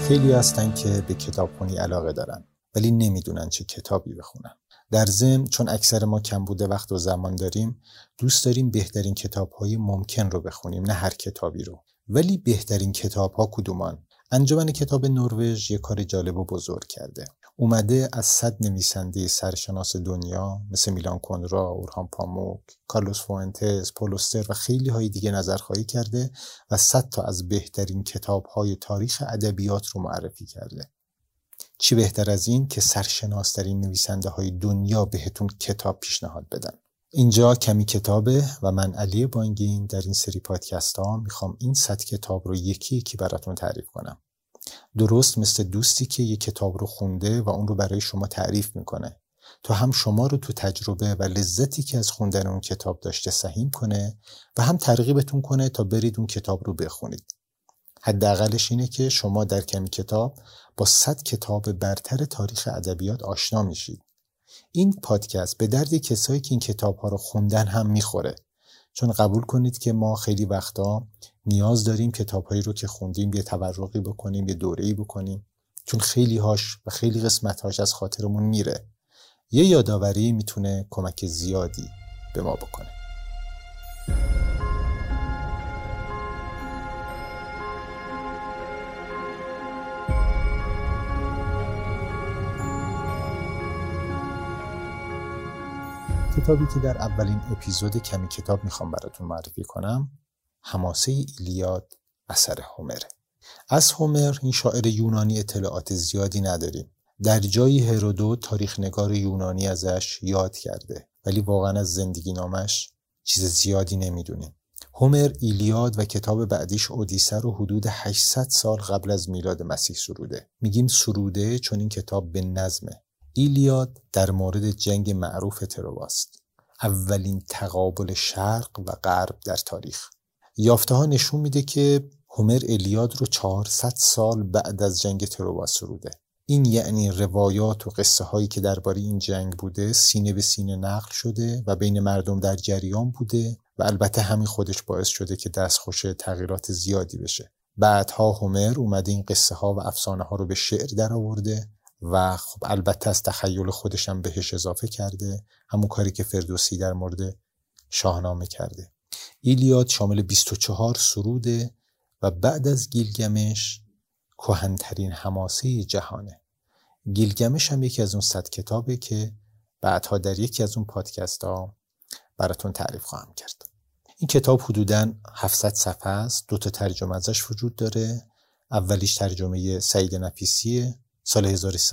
خیلی هستن که به کتابخونی علاقه دارن ولی نمیدونن چه کتابی بخونن. در ضمن چون اکثر ما کمبود وقت و زمان داریم، دوست داریم بهترین کتاب‌های ممکن رو بخونیم، نه هر کتابی رو. ولی بهترین کتاب‌ها کدومان؟ انجمن کتاب نروژ یه کار جالب و بزرگ کرده. اومده از 100 نویسنده سرشناس دنیا مثل میلان کندرا، اورهان پاموک، کارلوس فوئنتس، پول اوستر و خیلی های دیگه نظرخواهی کرده و 100 تا از بهترین کتاب‌های تاریخ ادبیات رو معرفی کرده. چی بهتر از این که سرشناس‌ترین نویسنده‌های دنیا بهتون کتاب پیشنهاد بدن. اینجا کمی کتابه و من علی بانگین در این سری پادکست ها میخوام این 100 کتاب رو یکی یکی براتون تعریف کنم. درست مثل دوستی که یک کتاب رو خونده و اون رو برای شما تعریف میکنه تا هم شما رو تو تجربه و لذتی که از خوندن اون کتاب داشته سهیم کنه و هم ترغیبتون کنه تا برید اون کتاب رو بخونید. حداقلش اینه که شما در کمی کتاب با 100 کتاب برتر تاریخ ادبیات آشنا میشید. این پادکست به درد کسایی که این کتاب‌ها رو خوندن هم میخوره، چون قبول کنید که ما خیلی وقتا نیاز داریم کتاب‌هایی رو که خوندیم یه تورقی بکنیم، یه دوره‌ای بکنیم، چون خیلی هاش و خیلی قسمت‌هاش از خاطرمون میره. یه یاداوری میتونه کمک زیادی به ما بکنه. کتابی که در اولین اپیزود کمی کتاب میخوام براتون معرفی کنم، حماسه ایلیاد اثر هومر. از هومر، این شاعر یونانی، اطلاعات زیادی نداریم. در جایی هرودوت تاریخ نگار یونانی ازش یاد کرده، ولی واقعا از زندگی نامش چیز زیادی نمیدونیم. هومر ایلیاد و کتاب بعدیش اودیسه رو حدود 800 سال قبل از میلاد مسیح سروده. میگیم سروده چون این کتاب به نظمه. ایلیاد در مورد جنگ معروف ترواست، اولین تقابل شرق و غرب در تاریخ. یافته‌ها نشون میده که هومر ایلیاد رو 400 سال بعد از جنگ ترواست سروده. این یعنی روایات و قصه هایی که درباره این جنگ بوده سینه به سینه نقل شده و بین مردم در جریان بوده و البته همین خودش باعث شده که دستخوش تغییرات زیادی بشه. بعدها هومر اومده این قصه ها و افسانه ها رو به شعر در آورده و خب البته از تخیل خودش هم بهش اضافه کرده، همون کاری که فردوسی در مورد شاهنامه کرده. ایلیاد شامل 24 سروده و بعد از گیلگمش کهن‌ترین حماسه جهانه. گیلگمش هم یکی از اون 100 کتابه که بعدها در یکی از اون پادکست ها براتون تعریف خواهم کرد. این کتاب حدوداً 700 صفحه است. 2 تا ترجمه ازش وجود داره. اولیش ترجمه سعید نفیسیه سال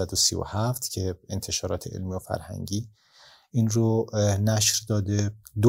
1337 که انتشارات علمی و فرهنگی این رو نشر داده.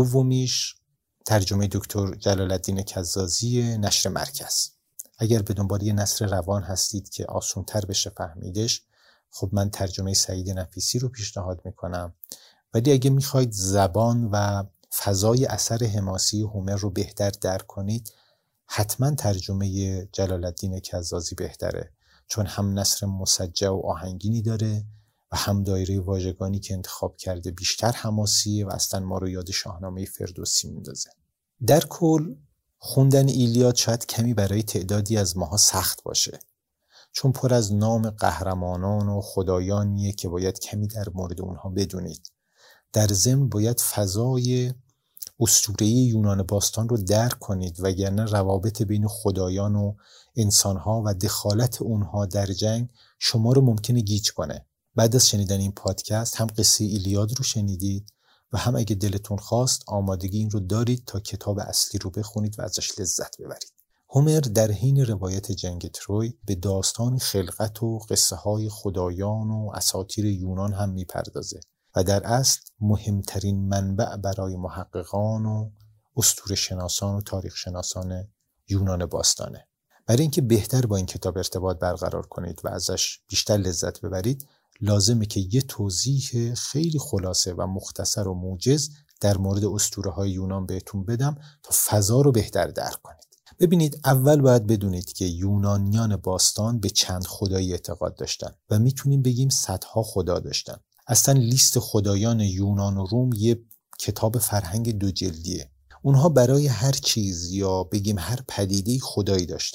دومیش ترجمه دکتر جلال الدین کزازی، نشر مرکز. اگر به دنبال یه نثر روان هستید که آسان‌تر بشه فهمیدش، خب من ترجمه سعید نفیسی رو پیشنهاد میکنم. ولی اگه میخواید زبان و فضای اثر حماسی هومر رو بهتر درک کنید، حتما ترجمه جلال الدین کزازی بهتره، چون هم نثر مسجع و آهنگینی داره و هم دایره واژگانی که انتخاب کرده بیشتر حماسیه و اصلا ما رو یاد شاهنامه فردوسی میندازه. در کل خوندن ایلیاد شاید کمی برای تعدادی از ماها سخت باشه، چون پر از نام قهرمانان و خدایانیه که باید کمی در مورد اونها بدونید. در ضمن باید فضای اسطوره‌ای یونان باستان رو درک کنید، وگرنه روابط بین خدایان و انسانها و دخالت اونها در جنگ شما رو ممکنه گیج کنه. بعد از شنیدن این پادکست هم قصه ایلیاد رو شنیدید و هم اگه دلتون خواست آمادگی این رو دارید تا کتاب اصلی رو بخونید و ازش لذت ببرید. هومر در حین روایت جنگ تروی به داستان خلقت و قصه های خدایان و اساطیر یونان هم میپردازه و در اصل مهمترین منبع برای محققان و اسطوره شناسان و تاریخ شناسان یونان باستانه. برای اینکه بهتر با این کتاب ارتباط برقرار کنید و ازش بیشتر لذت ببرید، لازمه که یه توضیح خیلی خلاصه و مختصر و موجز در مورد اسطوره‌های یونان بهتون بدم تا فضا رو بهتر درک کنید. ببینید، اول باید بدونید که یونانیان باستان به چند خدایی اعتقاد داشتن و میتونیم بگیم صدها خدا داشتن. اصلا لیست خدایان یونان و روم یه کتاب فرهنگ 2 جلدیه. اونها برای هر چیز یا بگیم هر پدیده‌ای خدایی داشتن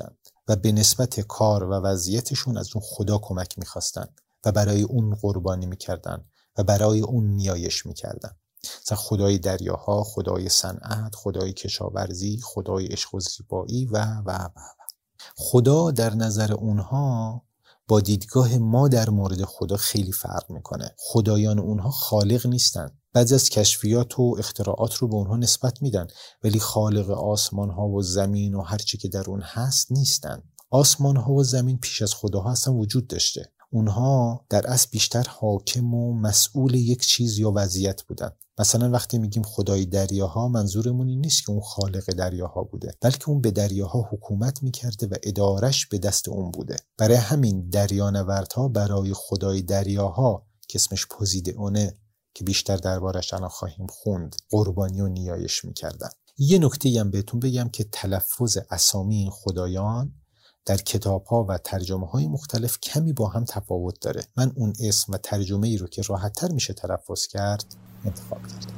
و به نسبت کار و وضعیتشون از اون خدا کمک میخواستن و برای اون قربانی میکردن و برای اون نیایش میکردن. مثلا خدای دریاها، خدای صنعت، خدای کشاورزی، خدای عشق و زیبایی و. خدا در نظر اونها با دیدگاه ما در مورد خدا خیلی فرق میکنه. خدایان اونها خالق نیستن. بعضی از کشفیات و اختراعات رو به اونها نسبت میدن، ولی خالق آسمان ها و زمین و هر چی که در اون هست نیستن. آسمان ها و زمین پیش از خداها اصلا وجود داشته. اونها در اصل بیشتر حاکم و مسئول یک چیز یا وضعیت بودن. مثلا وقتی میگیم خدای دریاها، منظورمون این نیست که اون خالق دریاها بوده، بلکه اون به دریاها حکومت میکرده و ادارش به دست اون بوده. برای همین دریانوردها برای خدای دریاها که اسمش پوزیدئونه که بیشتر دربارش الان خواهیم خوند، قربانی و نیایش میکردن. یه نکته هم بهتون بگم که تلفظ اسامی این خدایان در کتاب‌ها و ترجمه‌های مختلف کمی با هم تفاوت داره. من اون اسم و ترجمه‌ای رو که راحت‌تر میشه تلفظ کرد انتخاب کردم.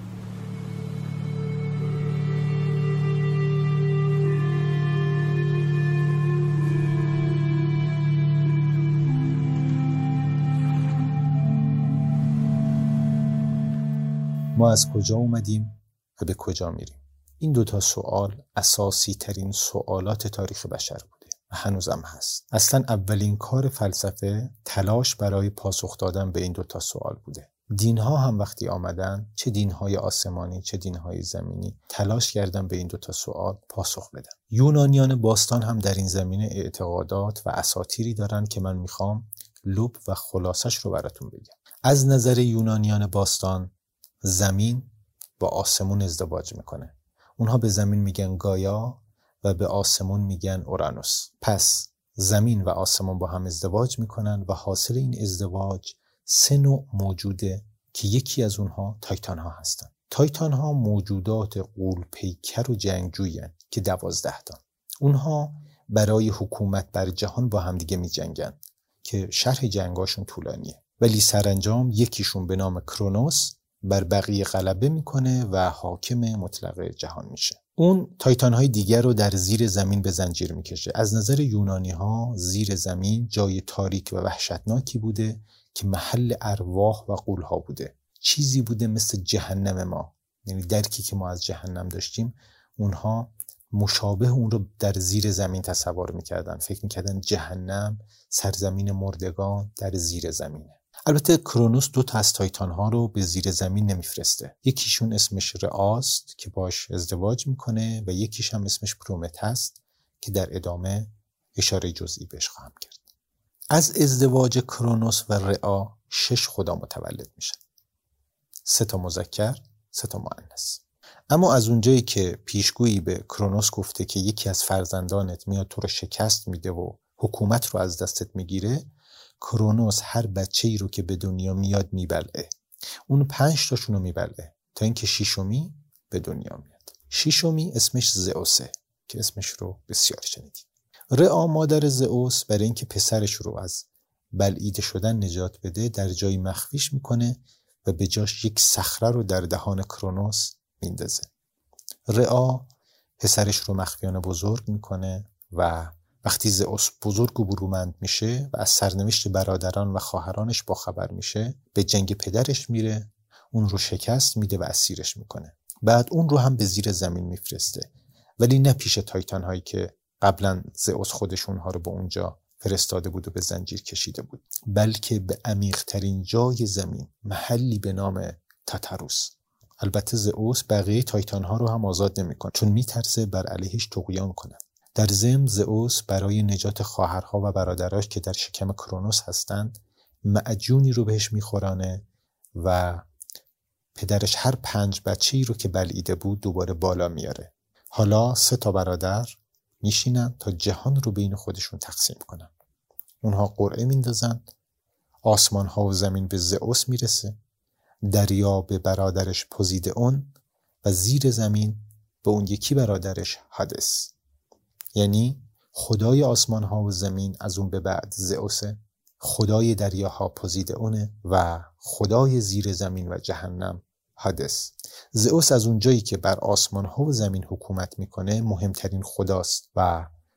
ما از کجا اومدیم و به کجا میریم؟ این دوتا سوال اساسی ترین سوالات تاریخ بشر بوده و هنوزم هست. اصلا اولین کار فلسفه تلاش برای پاسخ دادن به این دوتا سوال بوده. دینها هم وقتی آمدن، چه دینهای آسمانی چه دینهای زمینی، تلاش کردن به این دوتا سوال پاسخ بدن. یونانیان باستان هم در این زمینه اعتقادات و اساطیری دارن که من میخوام لب و خلاصش رو براتون بگم. از نظر یونانیان باستان زمین با آسمون ازدواج میکنه. اونها به زمین میگن گایا و به آسمون میگن اورانوس. پس زمین و آسمون با هم ازدواج میکنن و حاصل این ازدواج 3 نوع موجوده که یکی از اونها تایتان ها هستن. تایتان ها موجودات غول پیکر و جنگجویی هستند که 12 تا. اونها برای حکومت بر جهان با هم دیگه میجنگن که شرح جنگاشون طولانیه، ولی سرانجام یکیشون به نام کرونوس بر بقیه غلبه میکنه و حاکم مطلق جهان میشه. اون تایتان های دیگر رو در زیر زمین به زنجیر میکشه. از نظر یونانی ها زیر زمین جای تاریک و وحشتناکی بوده که محل ارواح و غول ها بوده. چیزی بوده مثل جهنم ما، یعنی درکی که ما از جهنم داشتیم اونها مشابه اون رو در زیر زمین تصور میکردن. فکر میکردن جهنم سرزمین مردگان در زیر زمینه. البته کرونوس 2 تا از تایتان ها رو به زیر زمین نمیفرسته. یکیشون اسمش رئاست که باش ازدواج میکنه و یکیش هم اسمش پرومته که در ادامه اشاره جزئی بهش خواهم کرد. از ازدواج کرونوس و رئا 6 خدا متولد میشن. 3 تا مذکر، 3 تا مؤنث. اما از اونجایی که پیشگویی به کرونوس گفته که یکی از فرزندانت میاد تو رو شکست میده و حکومت رو از دستت میگیره، کرونوس هر بچه‌ای رو که به دنیا میاد میبلعه. اون 5 تاشون رو میبلعه تا اینکه 6می به دنیا میاد. 6می اسمش زئوسه که اسمش رو بسیار شنیدید. رئا مادر زئوس برای اینکه پسرش رو از بلعیده شدن نجات بده در جایی مخفیش میکنه و به جاش یک صخره رو در دهان کرونوس میندازه. رئا پسرش رو مخفیانه بزرگ میکنه و وقتی زئوس بزرگ و برومند میشه و از سرنوشت برادران و خواهرانش باخبر میشه، به جنگ پدرش میره، اون رو شکست میده و اسیرش میکنه. بعد اون رو هم به زیر زمین میفرسته، ولی نه پیش تایتان هایی که قبلا زئوس خودشون ها رو به اونجا فرستاده بود و به زنجیر کشیده بود، بلکه به عمیق ترین جای زمین، محلی به نام تاتاروس. البته زئوس بقیه تایتان ها رو هم آزاد نمیکنه، چون میترسه بر علیهش طغیان کنه. در ضمن زئوس برای نجات خواهرها و برادراش که در شکم کرونوس هستند معجونی رو بهش میخورانه و پدرش هر 5 بچه‌ای رو که بلعیده بود دوباره بالا میاره. حالا 3 تا برادر میشینن تا جهان رو بین خودشون تقسیم کنن. اونها قرعه میندازن، آسمان ها و زمین به زئوس میرسه، دریا به برادرش پوزیدئون و زیر زمین به اون یکی برادرش هادس. یعنی خدای آسمان ها و زمین از اون به بعد زئوسه، خدای دریاها پوزیدئونه و خدای زیر زمین و جهنم هادس. زئوس از اونجایی که بر آسمان ها و زمین حکومت میکنه مهمترین خداست و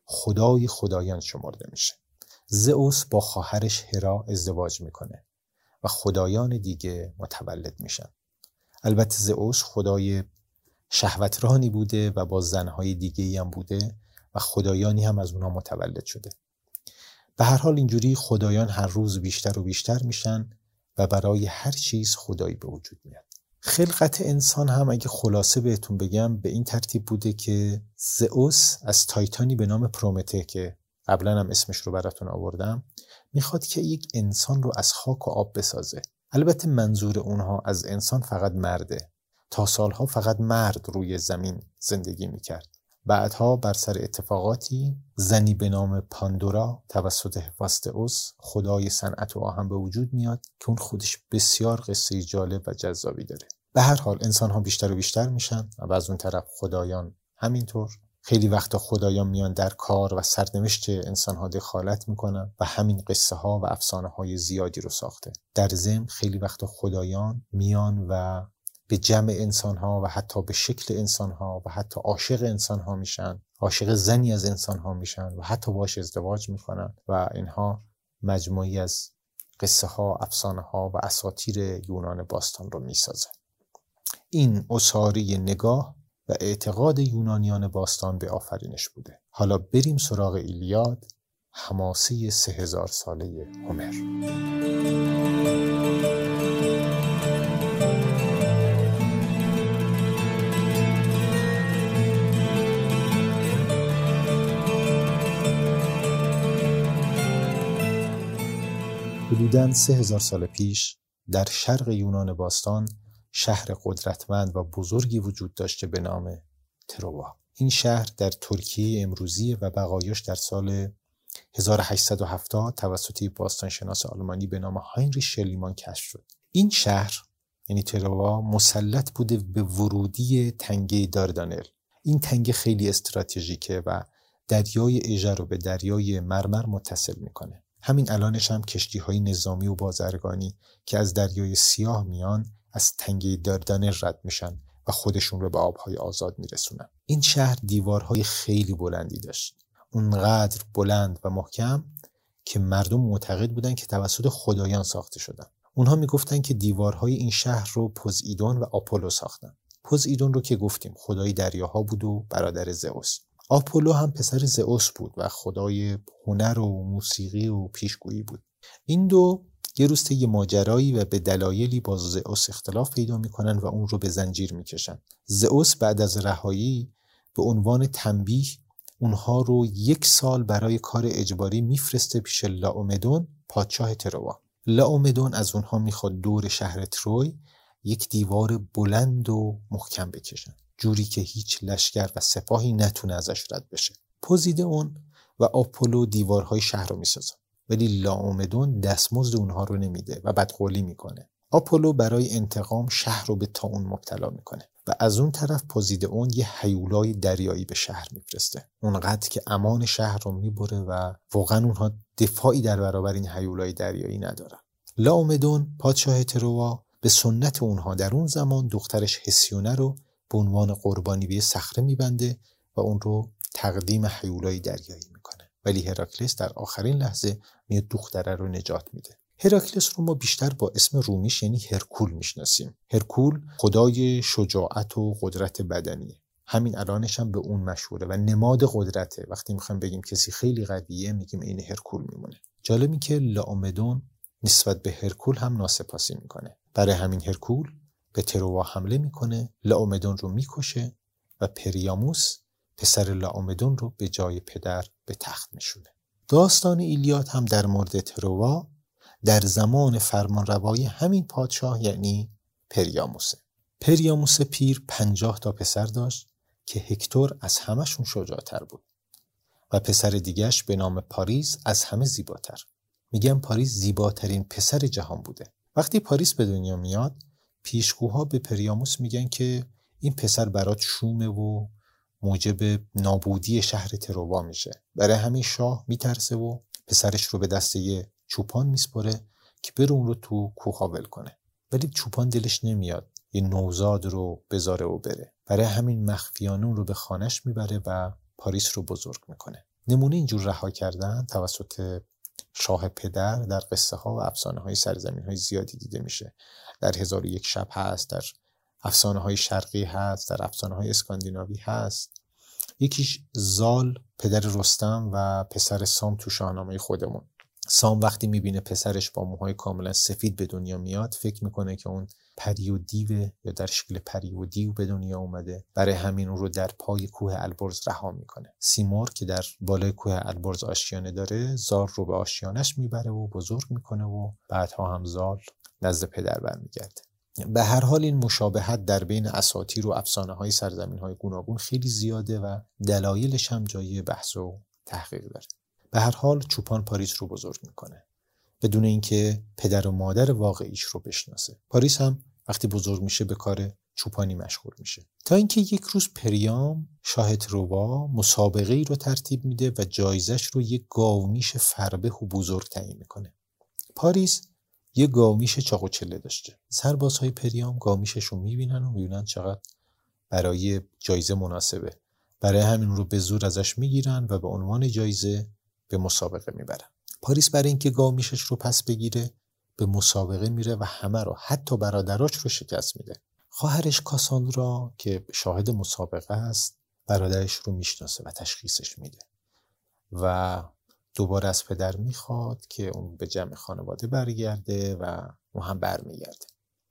خدای خدایان شمرده میشه. زئوس با خواهرش هرا ازدواج میکنه و خدایان دیگه متولد میشن. البته زئوس خدای شهوترانی بوده و با زنهای دیگه‌ای هم بوده و خدایانی هم از اونها متولد شده. به هر حال اینجوری خدایان هر روز بیشتر و بیشتر میشن و برای هر چیز خدایی به وجود میاد. خلقت انسان هم اگه خلاصه بهتون بگم به این ترتیب بوده که زئوس از تایتانی به نام پرومته که قبلا هم اسمش رو براتون آوردم میخواد که یک انسان رو از خاک و آب بسازه. البته منظور اونها از انسان فقط مرده. تا سالها فقط مرد روی زمین زندگی میکرد. بعدها بر سر اتفاقاتی زنی به نام پاندورا توسط هفاستئوس خدای صنعت و آهن به وجود میاد که اون خودش بسیار قصه جالب و جذابی داره. به هر حال انسان ها بیشتر و بیشتر میشن و از اون طرف خدایان همینطور. خیلی وقتا خدایان میان در کار و سرنوشت انسان ها دخالت میکنن و همین قصه ها و افسانه های زیادی رو ساخته. در ضمن خیلی وقتا خدایان میان و به جمع انسان‌ها و حتی به شکل انسان‌ها و حتی عاشق انسان‌ها میشن، عاشق زنی از انسان‌ها میشن و حتی باش ازدواج میکنن و اینها مجموعی از قصه ها، افسانه ها و اساطیر یونان باستان رو میسازن. این اساری نگاه و اعتقاد یونانیان باستان به آفرینش بوده. حالا بریم سراغ ایلیاد، حماسه 3000 ساله هومر. حدوداً 3000 سال پیش در شرق یونان باستان شهر قدرتمند و بزرگی وجود داشته به نام تروا. این شهر در ترکیه امروزی و بقایاش در سال 1870 توسط باستانشناس آلمانی به نام هاینریش شلیمان کشف شد. این شهر یعنی تروا مسلط بوده به ورودی تنگه داردانل. این تنگه خیلی استراتژیکه و دریای اژه رو به دریای مرمر متصل میکنه. همین الانش هم کشتی‌های نظامی و بازرگانی که از دریای سیاه میان از تنگه داردانل رد میشن و خودشون رو به آبهای آزاد میرسونن. این شهر دیوارهای خیلی بلندی داشت. اونقدر بلند و محکم که مردم معتقد بودن که توسط خدایان ساخته شدن. اونها میگفتن که دیوارهای این شهر رو پوزئیدون و آپولو ساختن. پوزئیدون رو که گفتیم خدای دریاها بود و برادر زئوس. آپولو هم پسر زئوس بود و خدای هنر و موسیقی و پیشگویی بود. این دو یه روز طی ماجرایی و به دلایلی با زئوس اختلاف پیدا میکنن و اون رو به زنجیر میکشن. زئوس بعد از رهایی به عنوان تنبیه اونها رو 1 سال برای کار اجباری میفرسته پیش لاومدون پادشاه تروا. لاومدون از اونها میخواد دور شهر تروی یک دیوار بلند و محکم بکشن، جوری که هیچ لشکر و سپاهی نتونه ازش رد بشه. پوزئیدون و آپولو دیوارهای شهر رو میسازن، ولی لاومدون دستمزد اونها رو نمیده و بدقولی میکنه. آپولو برای انتقام شهر رو به طاعون مبتلا میکنه و از اون طرف پوزئیدون یه هیولای دریایی به شهر میفرسته، اونقدر که امان شهر رو میبره و واقعا اونها دفاعی در برابر این هیولای دریایی ندارن. لاومدون پادشاه تروا به سنت اونها در اون زمان دخترش هسیونه رو به عنوان قربانی به صخره میبنده و اون رو تقدیم هیولای دریایی میکنه، ولی هراکلس در آخرین لحظه میاد دختره رو نجات میده. هراکلس رو ما بیشتر با اسم رومیش یعنی هرکول میشناسیم. هرکول خدای شجاعت و قدرت بدنیه. همین الانش هم به اون مشهوره و نماد قدرته. وقتی میخوایم بگیم کسی خیلی قویه میگیم این هرکول میمونه. جالبی که لاومدون نسبت به هرکول هم ناسپاسی میکنه. برای همین هرکول به تروا حمله میکنه، لاومدون رو میکشه و پریاموس پسر لاومدون رو به جای پدر به تخت میشونه. داستان ایلیاد هم در مورد تروا در زمان فرمانروایی همین پادشاه یعنی پریاموسه. پریاموس پیر 50 تا پسر داشت که هکتور از همشون شجاعتر بود و پسر دیگهش به نام پاریس از همه زیباتر. میگم پاریس زیباترین پسر جهان بوده. وقتی پاریس به دنیا میاد پیشگوها به پریاموس میگن که این پسر برات شومه و موجب نابودی شهر تروا میشه. برای همین شاه میترسه و پسرش رو به دست یه چوپان میسپره که بره اون رو تو کوه ول کنه، ولی چوپان دلش نمیاد یه نوزاد رو بذاره و بره. برای همین مخفیانه اون رو به خانش میبره و پاریس رو بزرگ میکنه. نمونه اینجور رها کردن توسط شاه پدر در قصه ها و افسانه های سرزمین های زیادی دیده میشه. در 1001 شب هست، در افسانه های شرقی هست، در افسانه های اسکاندیناوی هست. یکیش زال پدر رستم و پسر سام تو شاهنامه خودمون. سام وقتی میبینه پسرش با موهای کاملا سفید به دنیا میاد فکر میکنه که اون پری و دیو یا در شکل پری و دیو به دنیا اومده، برای همین اون رو در پای کوه البرز رها میکنه. سیمور که در بالای کوه البرز آشیانه داره زال رو به آشیانش میبره و بزرگ میکنه و بعدها هم زال نزد پدر برمیگرده. به هر حال این مشابهت در بین اساطیر و افسانه های سرزمین های گوناگون خیلی زیاده و دلایلش هم جای بحث و تحقیق داره. به هر حال چوپان پاریس رو بزرگ میکنه بدون اینکه پدر و مادر واقعیش رو بشناسه. پاریس هم وقتی بزرگ میشه به کار چوپانی مشغول میشه تا اینکه یک روز پریام شاه تروا مسابقه ای رو ترتیب میده و جایزش رو یک گاومیش فربه و بزرگ تعیین میکنه. پاریس یه گاومیش چاق و چله داشته. سربازهای پریام گاومیشش رو میبینن چقدر برای جایزه مناسبه. برای همین رو به زور ازش میگیرن و به عنوان جایزه به مسابقه میبرن. پاریس برای اینکه گاومیشش رو پس بگیره به مسابقه میره و همه رو حتی برادراش رو شکست میده. خواهرش کاساندرا که شاهد مسابقه است برادرش رو میشناسه و تشخیصش میده و دوباره از پدر میخواد که اون به جمع خانواده برگرده و اون هم برمیگرده.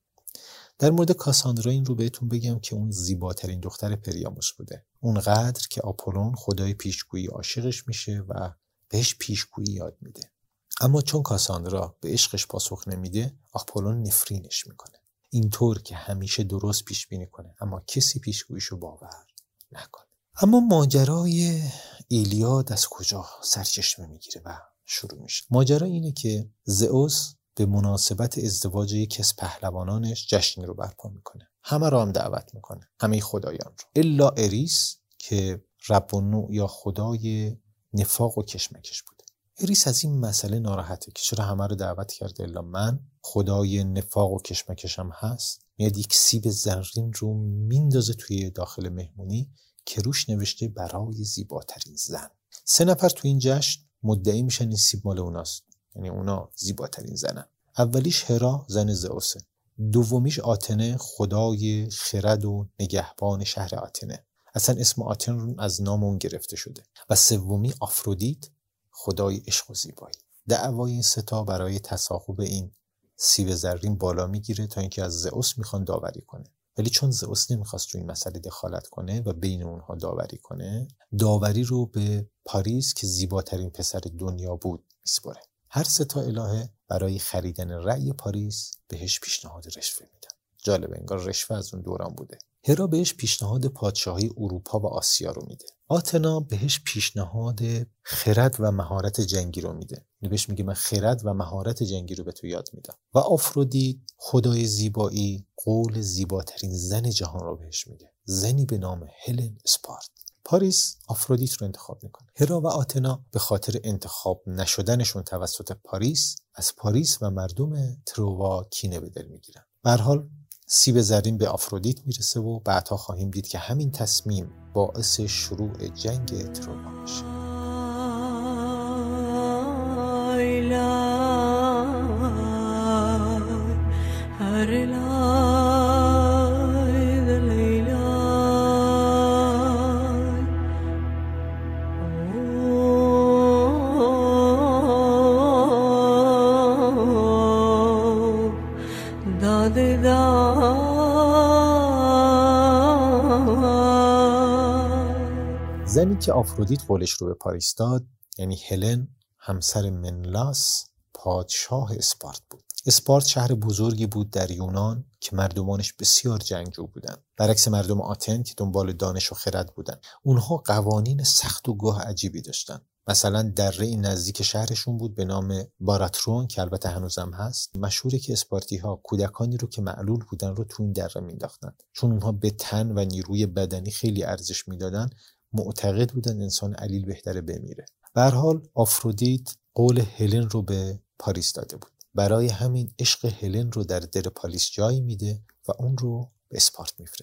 در مورد کاساندرا این رو بهتون بگم که اون زیباترین دختر پریاموس بوده، اونقدر که آپولون خدای پیشگویی عاشقش میشه و بهش پیشگویی یاد میده. اما چون کاساندرا به عشقش پاسخ نمیده آپولون نفرینش میکنه، اینطور که همیشه درست پیش بینی کنه اما کسی پیشگوییشو باور نکنه. اما ماجرای ایلیاد از کجا سرچشمه میگیره و شروع میشه؟ ماجرا اینه که زئوس به مناسبت ازدواج یکی از پهلوانانش جشنی رو برپا میکنه. همه رو هم دعوت میکنه، همه خدایان رو، الا اریس که رب النوع یا خدای نفاق و کشمکش بوده. اریس از این مسئله ناراحته که چرا همه رو دعوت کرده الا من، خدای نفاق و کشمکشم هست. میاد یک سیب زرین رو میندازه توی داخل مهمونی که روش نوشته برای زیباترین زن. 3 نفر تو این جشن مدعی میشن این سیب مال اوناست، یعنی اونا زیباترین زنن. اولیش هرا زن زئوسه، دومیش آتنه خدای خرد و نگهبان شهر آتنه، اصلا اسم آتن از نام اون گرفته شده، و سومی آفرودیت خدای عشق و زیبایی. دعوای این 3 تا برای تصاحب این سیب زرین بالا میگیره تا اینکه از زئوس میخوان داوری کنه، ولی چون زئوس نمیخواست تو این مسئله دخالت کنه و بین اونها داوری کنه، داوری رو به پاریس که زیباترین پسر دنیا بود میسپاره. هر 3 تا الهه برای خریدن رأی پاریس بهش پیشنهاد رشوه میدن. جالب، انگار رشوه از اون دوران بوده. هرا بهش پیشنهاد پادشاهی اروپا و آسیا رو میده. آتنا بهش پیشنهاد خرد و مهارت جنگی رو میده. بهش میگه من خرد و مهارت جنگی رو به تو یاد میدم. و آفرودیت خدای زیبایی قول زیباترین زن جهان رو بهش میده، زنی به نام هلن اسپارت. پاریس آفرودیت رو انتخاب میکنه. هرا و آتنا به خاطر انتخاب نشدنشون توسط پاریس از پاریس و مردم تروا کینه به دل میگیرن. به هر حال سیب زرین به آفرودیت میرسه و بعدها خواهیم دید که همین تصمیم باعث شروع جنگ تروا میشه. زنی که آفرودیت قولش رو به پاریس داد یعنی هلن، همسر منلاس پادشاه اسپارت بود. اسپارت شهر بزرگی بود در یونان که مردمانش بسیار جنگجو بودن، برعکس مردم آتن که دنبال دانش و خرد بودن. اونها قوانین سخت و گاه عجیبی داشتن. مثلا دره نزدیک شهرشون بود به نام باراترون که البته هنوزم هست. مشهوره که اسپارتی‌ها کودکانی رو که معلول بودن رو تو این دره مینداختن، چون اونها به تن و نیروی بدنی خیلی ارزش میدادن. معتقد بودن انسان علیل بهتره بمیره. به هر حال آفرودیت قول هلن رو به پاریس داده بود. برای همین عشق هلن رو در دل پاریس جای میده و اون رو به اسپارت میفرسته.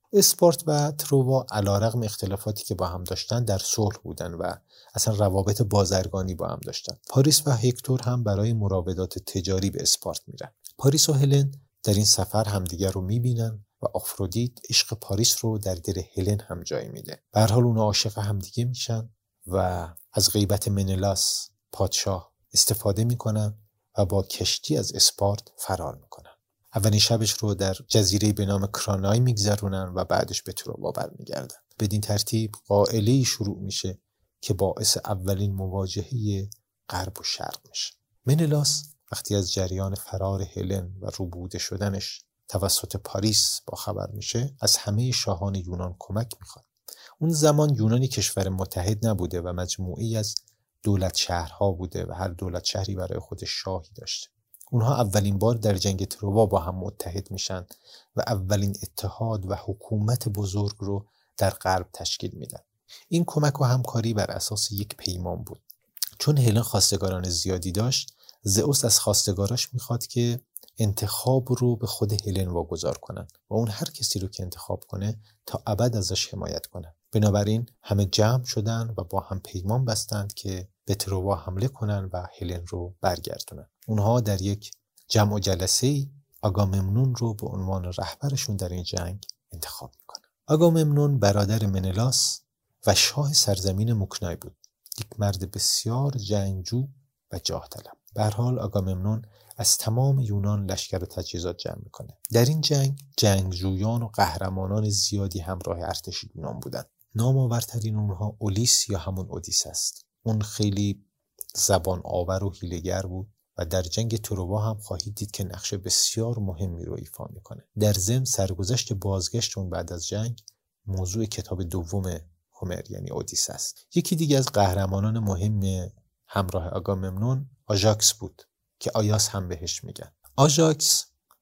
اسپارت و تروا علیرغم اختلافاتی که با هم داشتن در صلح بودن و اصلا روابط بازرگانی با هم داشتن. پاریس و هکتور هم برای مراودات تجاری به اسپارت میرن. پاریس و هلن در این سفر همدیگر رو میبینن و آفرودیت عشق پاریس رو در دل هلن هم جای میده. به هر حال اونا عاشق همدیگه میشن و از غیبت منلاس پادشاه استفاده میکنن و با کشتی از اسپارت فرار میکنن. اولین شبش رو در جزیره به نام کرانای میگذرونن و بعدش به تروا برمیگردن. بدین ترتیب قائله‌ای شروع میشه که باعث اولین مواجهه غرب و شرق میشه. منلاس وقتی از جریان فرار هلن و روبوده شدنش توسط پاریس با خبر میشه، از همه شاهان یونان کمک میخواد. اون زمان یونانی کشور متحد نبوده و مجموعی از دولت شهرها بوده و هر دولت شهری برای خودش شاهی داشته. اونها اولین بار در جنگ تروا با هم متحد میشن و اولین اتحاد و حکومت بزرگ رو در غرب تشکیل میدن. این کمک و همکاری بر اساس یک پیمان بود. چون هلن خواستگاران زیادی داشت، زئوس از خواستگاراش میخواد که انتخاب رو به خود هلن واگذار کنن و اون هر کسی رو که انتخاب کنه تا ابد ازش حمایت کنه. بنابراین همه جمع شدن و با هم پیمان بستند که به تروا حمله کنن و هلن رو برگردونن. اونها در یک جمع و جلسه‌ای آگاممنون رو به عنوان رهبرشون در این جنگ انتخاب میکنن. آگاممنون برادر منلاس و شاه سرزمین موکنای بود. یک مرد بسیار جنگجو و جاه طلب. به هر حال آگاممنون از تمام یونان لشکر و تجهیزات جمع میکنه. در این جنگ جنگجویان و قهرمانان زیادی همراه ارتش یونان بودند. نامآورترین اونها اولیس یا همون اودیسه است. اون خیلی زبان آور و حیله‌گر بود و در جنگ تروا هم خواهید دید که نقش بسیار مهمی رو ایفا میکنه. در ضمن سرگذشت بازگشت اون بعد از جنگ موضوع کتاب دوم هومر یعنی اودیسه است. یکی دیگه از قهرمانان مهم همراه آگاممنون آژاکس بود که آیاس هم بهش میگن. آژاکس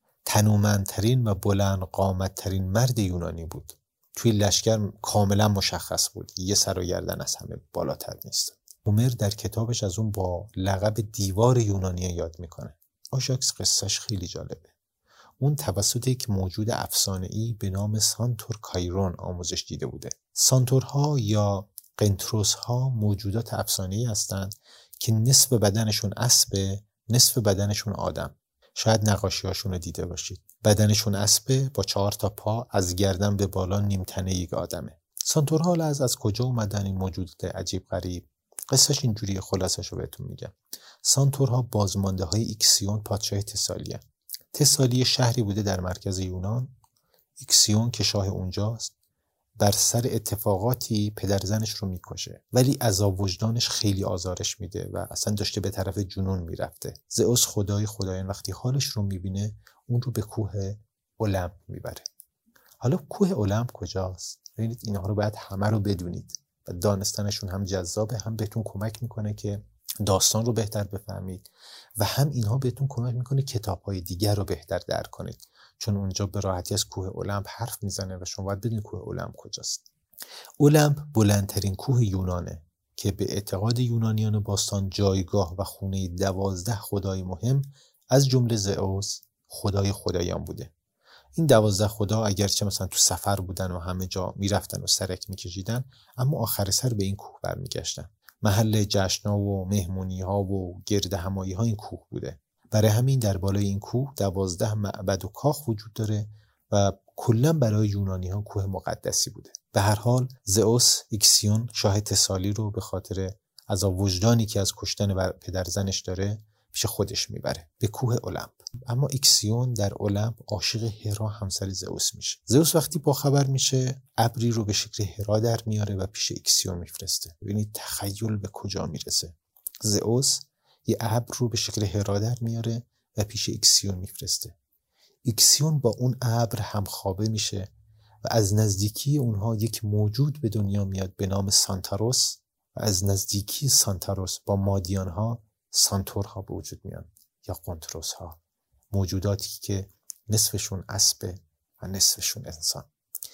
تنومندترین و بلند قامتترین مرد یونانی بود. توی لشکر کاملا مشخص بود، یه سر و گردن از همه بالاتر نیست. هومر در کتابش از اون با لقب دیوار یونانی یاد میکنه. آژاکس قصهش خیلی جالبه. اون توسط یک موجود افسانه‌ای به نام سانتور کایرون آموزش دیده بوده. سانتورها یا قنتروسها موجودات افسانه‌ای هستند که نصف بدنشون اسبه، نصف بدنشون آدم. شاید نقاشی‌هاشون رو دیده باشید. بدنشون اسبه با 4 تا پا، از گردن به بالا نیم تنه یک آدمه. سانتورها از کجا اومدن این موجودات عجیب غریب؟ قصهش اینجوریه، خلاصش رو بهتون میگم. سانتورها بازمانده های ایکسیون پادشاه تسالیه. تسالی شهری بوده در مرکز یونان. ایکسیون که شاه اونجاست بر سر اتفاقاتی پدرزنش رو میکشه، ولی عذاب وجدانش خیلی آزارش میده و اصلا داشته به طرف جنون میرفته. زئوس خدای خدایان وقتی حالش رو میبینه اون رو به کوه المپ میبره. حالا کوه المپ کجاست؟ ببینید اینها رو باید همه رو بدونید و دانستنشون هم جذابه، هم بهتون کمک میکنه که داستان رو بهتر بفهمید و هم اینها بهتون کمک میکنه کتاب‌های دیگر رو بهتر درک کنید، چون اونجا به راحتی از کوه المپ حرف میزنه و شما باید بدونید کوه المپ کجاست. المپ بلندترین کوه یونانه که به اعتقاد یونانیان باستان جایگاه و خونه 12 خدای مهم از جمله زئوس خدای خدایان بوده. این 12 خدا اگرچه مثلا تو سفر بودن و همه جا میرفتن و سرک میکشیدن، اما آخر سر به این کوه برمیگشتن. محل جشن‌ها و مهمونی‌ها و گرد همایی‌ها این کوه بوده. برای همین در بالای این کوه 12 معبد و کاخ وجود داره و کلاً برای یونانی‌ها کوه مقدسی بوده. به هر حال زئوس ایکسیون شاه تسالی رو به خاطر عذاب وجدانی که از کشتن پدرزنش داره پیش خودش میبره به کوه المپ. اما ایکسیون در المپ عاشق هرا همسر زئوس میشه. زئوس وقتی با خبر میشه ابری رو به شکل هرا در میاره و پیش ایکسیون میفرسته. ببینید تخیل به کجا میرسه. زئوس یه ابر رو به شکل هرا در میاره و پیش ایکسیون میفرسته. ایکسیون با اون ابر همخوابه میشه و از نزدیکی اونها یک موجود به دنیا میاد به نام سانتاروس و از نزدیکی سانتاروس با مادیانها سانتورها به وجود میان یا قنتروس ها، موجوداتی که نصفشون اسبه و نصفشون انسان.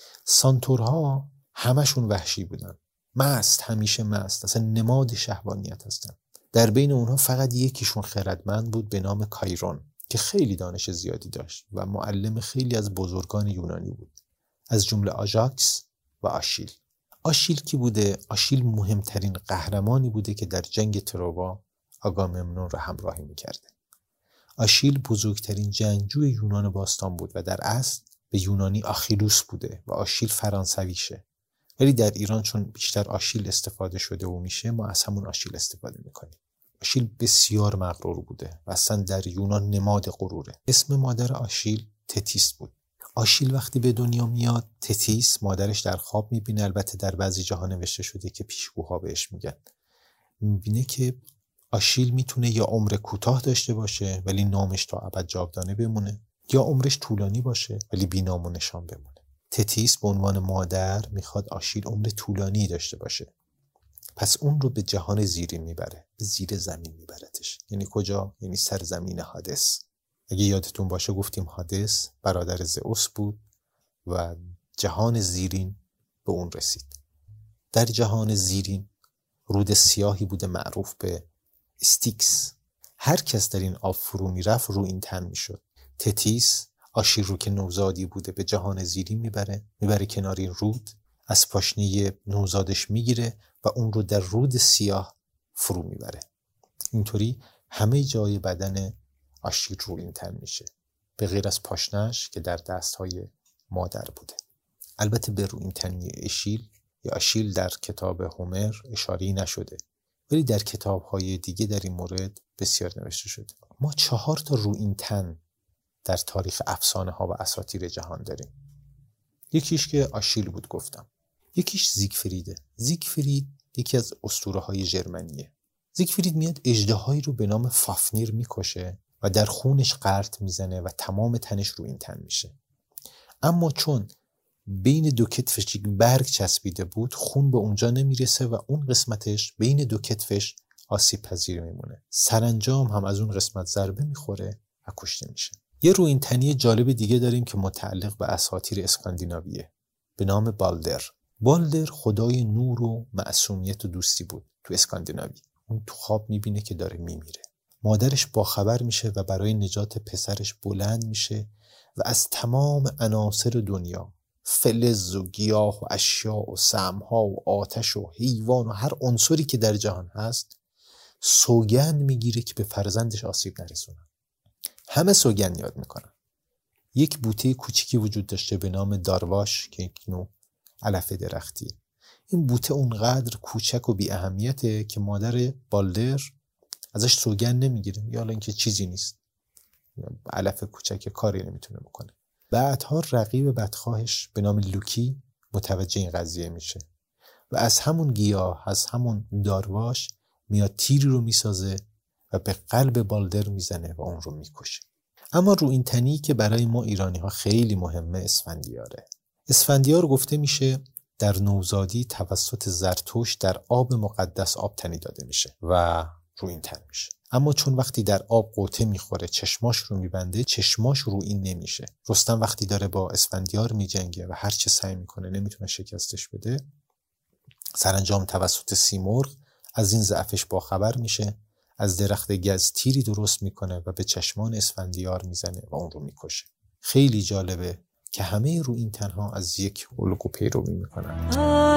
سانتورها همشون وحشی بودن، مست، همیشه مست، اصلا نماد شهوانیت هستن. در بین اونها فقط یکیشون خردمند بود به نام کایرون که خیلی دانش زیادی داشت و معلم خیلی از بزرگان یونانی بود. از جمله آژاکس و آشیل. آشیل کی بوده؟ آشیل مهمترین قهرمانی بوده که در جنگ ترووا آگاممنون را همراهی می‌کرده. آشیل بزرگترین جنگجوی یونان باستان بود و در اصل به یونانی آخیلوس بوده و آشیل فرانسویشه. ولی در ایران چون بیشتر آشیل استفاده شده و میشه، ما از همون آشیل استفاده میکنیم. آشیل بسیار مغرور بوده و اصلا در یونان نماد غروره. اسم مادر آشیل تتیس بود. آشیل وقتی به دنیا میاد، تتیس مادرش در خواب میبینه. البته در بعضی جاها نوشته شده که پیشگوها بهش میگن. میبینه که آشیل میتونه یا عمر کوتاه داشته باشه ولی نامش تا ابد جاودانه بمونه، یا عمرش طولانی باشه ولی بی‌نام و نشان بمونه. تتیس به عنوان مادر میخواد آشیل عمر طولانی داشته باشه. پس اون رو به جهان زیرین میبره، به زیر زمین میبرتش. یعنی کجا؟ یعنی سرزمین هادس. اگه یادتون باشه گفتیم هادس برادر زئوس بود و جهان زیرین به اون رسید. در جهان زیرین رود سیاهی بوده معروف به استیکس. هر کس در این آب فرو میرفت رو این تن میشد. تتیس آشیل رو که نوزادی بوده به جهان زیرین میبره کنار این رود، از پاشنه نوزادش میگیره و اون رو در رود سیاه فرو میبره. اینطوری همه جای بدن آشیل رو این تن میشه به غیر از پاشنهش که در دستهای مادر بوده. البته به رو این تنی آشیل در کتاب هومر اشاره‌ای نشده، ولی در کتاب‌های دیگه در این مورد بسیار نوشته شده. ما 4 رو این تن در تاریخ افسانه ها و اساطیر جهان داریم. یکیش که آشیل بود گفتم. یکیش زیگفریده. زیگفرید یکی از اسطوره های ژرمنیه. زیگفرید میاد اژدهایی رو به نام فافنیر میکشه و در خونش قرط میزنه و تمام تنش رو این تن میشه. اما چون بین دو کتفش یک برگ چسبیده بود، خون به اونجا نمیرسه و اون قسمتش بین دو کتفش آسیب پذیر میمونه. سرانجام هم از اون قسمت ضربه میخوره و کشته میشه. یه رویینتنی جالب دیگه داریم که متعلق به اساطیر اسکاندیناویه به نام بالدر. بالدر خدای نور و معصومیت و دوستی بود تو اسکاندیناوی. اون تو خواب میبینه که داره میمیره. مادرش باخبر میشه و برای نجات پسرش بلند میشه و از تمام عناصر دنیا، فلز و گیاه و اشیاء و سمها و آتش و حیوان و هر عنصری که در جهان هست، سوگند میگیره که به فرزندش آسیب نرسونه. همه سوگند یاد میکنن. یک بوته کوچیکی وجود داشته به نام دارواش که یک نوع علف درختیه. این بوته اونقدر کوچک و بی اهمیته که مادر بالدر ازش سوگند نمیگیره، یا اینکه چیزی نیست، علف کوچک کاری نمیتونه بکنه. بعدها رقیب بدخواهش به نام لوکی متوجه این قضیه میشه و از همون گیاه، از همون دارواش میاد تیری رو میسازه و به قلب بالدر میزنه و اون رو میکشه. اما رو این تنی که برای ما ایرانی ها خیلی مهمه اسفندیاره. اسفندیار گفته میشه در نوزادی توسط زرتوش در آب مقدس آب تنی داده میشه و رو این تن میشه. اما چون وقتی در آب قوطه میخوره چشماش رو میبنده، چشماش رو این نمیشه. رستم وقتی داره با اسفندیار میجنگه و هر چه سعی میکنه نمیتونه شکستش بده، سرانجام توسط سیمرغ از این ضعفش باخبر میشه، از درخت گز تیری درست میکنه و به چشمان اسفندیار میزنه و اون رو میکشه. خیلی جالبه که همه رو این تنها از یک الگو پیروی میکنن.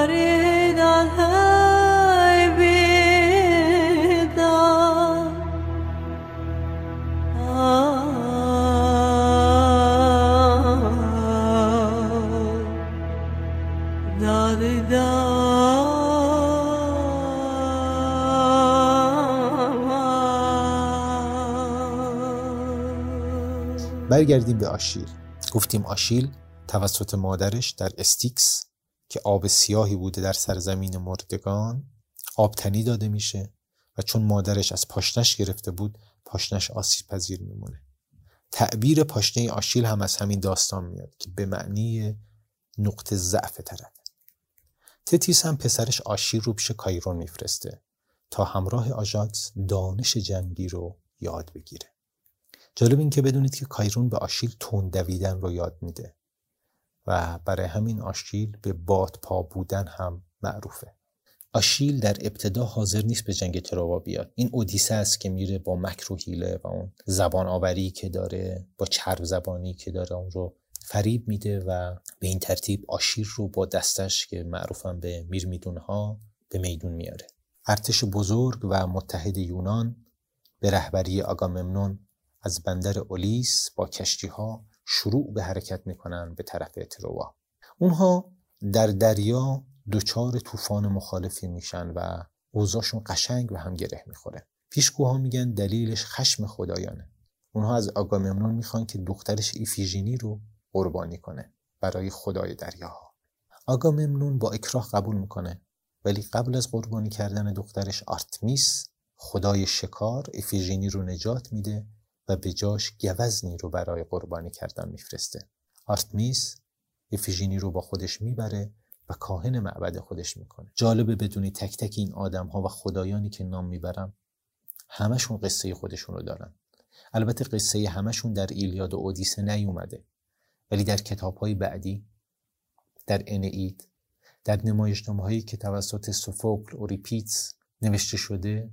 برگردیم به آشیل. گفتیم آشیل توسط مادرش در استیکس که آب سیاهی بوده در سرزمین مردگان آبتنی داده میشه و چون مادرش از پاشنش گرفته بود، پاشنش آسیب پذیر میمونه. تعبیر پاشنه آشیل هم از همین داستان میاد که به معنی نقطه ضعف طرف. تتیس هم پسرش آشیل رو پیش کایرون میفرسته تا همراه آژاکس دانش جنگی رو یاد بگیره. جالب این که بدونید که کایرون به آشیل تند دویدن رو یاد میده و برای همین آشیل به بادپا بودن هم معروفه. آشیل در ابتدا حاضر نیست به جنگ ترووا بیاد. این اودیسه است که میره با مکر و حیله و اون زبان آوری که داره، با چرب زبانی که داره، اون رو فریب میده و به این ترتیب آشیل رو با دستش که معروفن به میرمیدونها به میدون میاره. ارتش بزرگ و متحد یونان به رهبری آگاممنون از بندر اولیس با کشتی‌ها شروع به حرکت میکنن به طرف تروا. اونها در دریا دچار طوفان مخالفی میشن و اوضاعشون قشنگ به هم گره میخوره. پیشگوها میگن دلیلش خشم خدایانه. اونها از آگاممنون میخوان که دخترش ایفیژینی رو قربانی کنه برای خدای دریاها. آگاممنون با اکراه قبول میکنه، ولی قبل از قربانی کردن دخترش آرتمیس خدای شکار ایفیژینی رو نجات میده و به جاش گوزنی رو برای قربانی کردن میفرسته. آرتمیس ایفیژینی رو با خودش میبره و کاهن معبد خودش میکنه. جالبه بدونی تک تک این آدم‌ها و خدایانی که نام میبرم همشون قصه خودشون رو دارن. البته قصه همشون در ایلیاد و اودیسه نیومده، ولی در کتاب‌های بعدی، در انئید، در نمایشنامه‌هایی که توسط سوفوکل، اوریپیدس نوشته شده،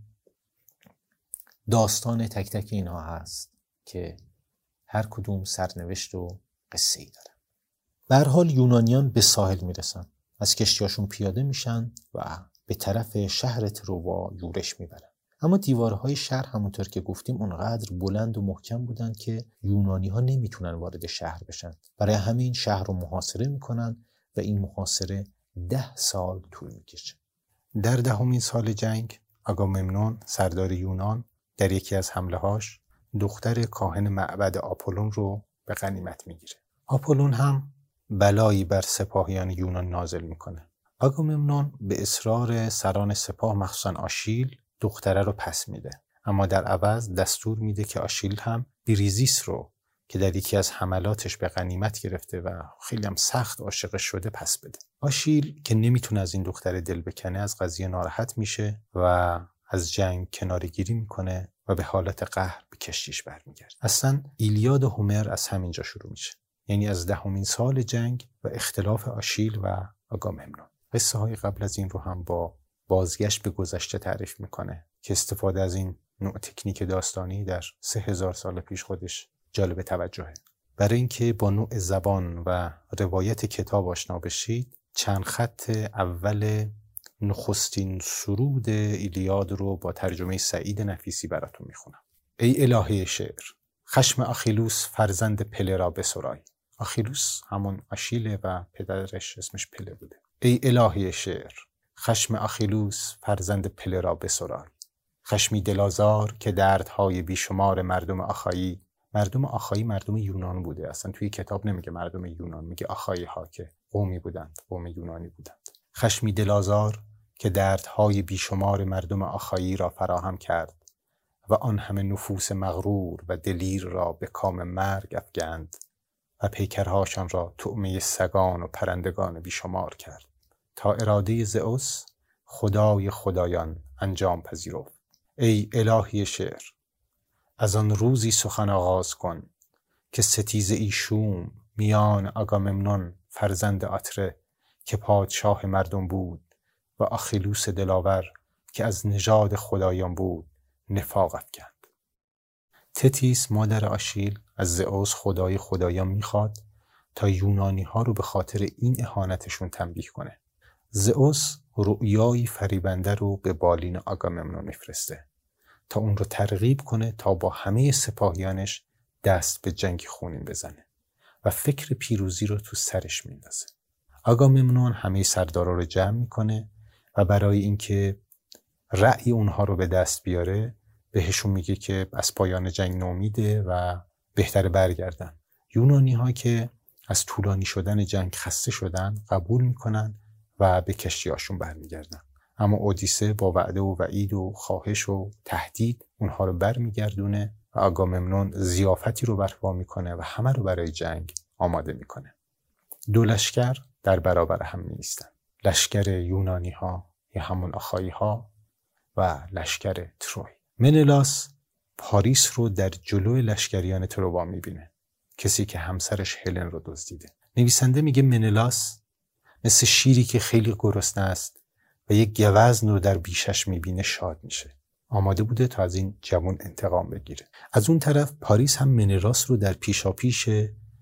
داستان تک تک اینها هست که هر کدوم سرنوشت و قصه‌ای دارن. به هر حال یونانیان به ساحل میرسن، از کشتیاشون پیاده میشن و به طرف شهر تروا یورش میبرن. اما دیوارهای شهر همونطور که گفتیم اونقدر بلند و محکم بودن که یونانی‌ها نمیتونن وارد شهر بشن. برای همین شهر رو محاصره میکنن و این محاصره 10 سال طول میکشه. در 10مین سال جنگ آگاممنون سردار یونان در یکی از حمله‌هاش دختر کاهن معبد آپولون رو به غنیمت میگیره. آپولون هم بلایی بر سپاهیان یونان نازل میکنه. آگاممنون به اصرار سران سپاه مخصوصا آشیل دختره رو پس میده، اما در عوض دستور میده که آشیل هم بیریزیس رو که در یکی از حملاتش به غنیمت گرفته و خیلی هم سخت عاشقش شده پس بده. آشیل که نمیتونه از این دختر دل بکنه از قضیه ناراحت میشه و از جنگ کناره‌گیری میکنه و به حالت قهر به کشتیش برمیگرده. اصلا ایلیاد هومر از همینجا شروع میشه، یعنی از 10مین سال جنگ و اختلاف آشیل و آگاممنون. قصه های قبل از این رو هم با بازگشت به گذشته تعریف میکنه که استفاده از این نوع تکنیک داستانی در 3000 سال پیش خودش جالب توجهه. برای اینکه با نوع زبان و روایت کتاب آشنا بشید، چند خط اول نخستین سرود ایلیاد رو با ترجمه سعید نفیسی براتون میخونم. ای الهه شعر، خشم آخیلوس فرزند پله را بسرای. آخیلوس همون آشیله و پدرش اسمش پله بوده. ای الهه شعر، خشم آخیلوس فرزند پله را بسرای. خشمی دلازار که دردهای بیشمار مردم آخایی، مردم یونان بوده، اصلا توی کتاب نمیگه مردم یونان، میگه آخایی ها که قومی بودند، قوم یونانی بودند. خشمی دلازار که دردهای بیشمار مردم آخایی را فراهم کرد و آن همه نفوس مغرور و دلیر را به کام مرگ افگند و پیکرهاشان را طعمه سگان و پرندگان بیشمار کرد تا اراده زئوس خدای خدایان انجام پذیرفت. ای الهی شعر، از آن روزی سخن آغاز کن که ستیزه ای شوم میان آگاممنون فرزند آتره که پادشاه مردم بود و آخیلوس دلاور که از نژاد خدایان بود نفاق افکند. تتیس مادر آشیل از زئوس خدای خدایان میخواد تا یونانی ها رو به خاطر این اهانتشون تنبیه کنه. زئوس رؤیایی فریبنده رو به بالین آگاممنون میفرسته تا اون رو ترغیب کنه تا با همه سپاهیانش دست به جنگ خونین بزنه و فکر پیروزی رو تو سرش میندازه. آگاممنون همه سردارا رو جمع میکنه و برای اینکه رأی اونها رو به دست بیاره بهشون میگه که از پایان جنگ ناامیده و بهتره برگردن. یونانی ها که از طولانی شدن جنگ خسته شدن قبول میکنن و به کشتیاشون برمیگردن، اما اودیسه با وعده و وعید و خواهش و تهدید اونها رو برمیگردونه و آگاممنون ضیافتی رو برپا میکنه و همه رو برای جنگ آماده میکنه. دو لشکر در برابر هم نیستن، لشکر یونانی ها یا همون آخایی ها و لشکر تروی. منلاس پاریس رو در جلوی لشکریان تروا میبینه، کسی که همسرش هلن رو دزدیده. نویسنده میگه منلاس مثل شیری که خیلی گرسنه است و یک گوزن رو در بیشش میبینه شاد میشه. آماده بوده تا از این جوان انتقام بگیره. از اون طرف پاریس هم منلاس رو در پیشاپیش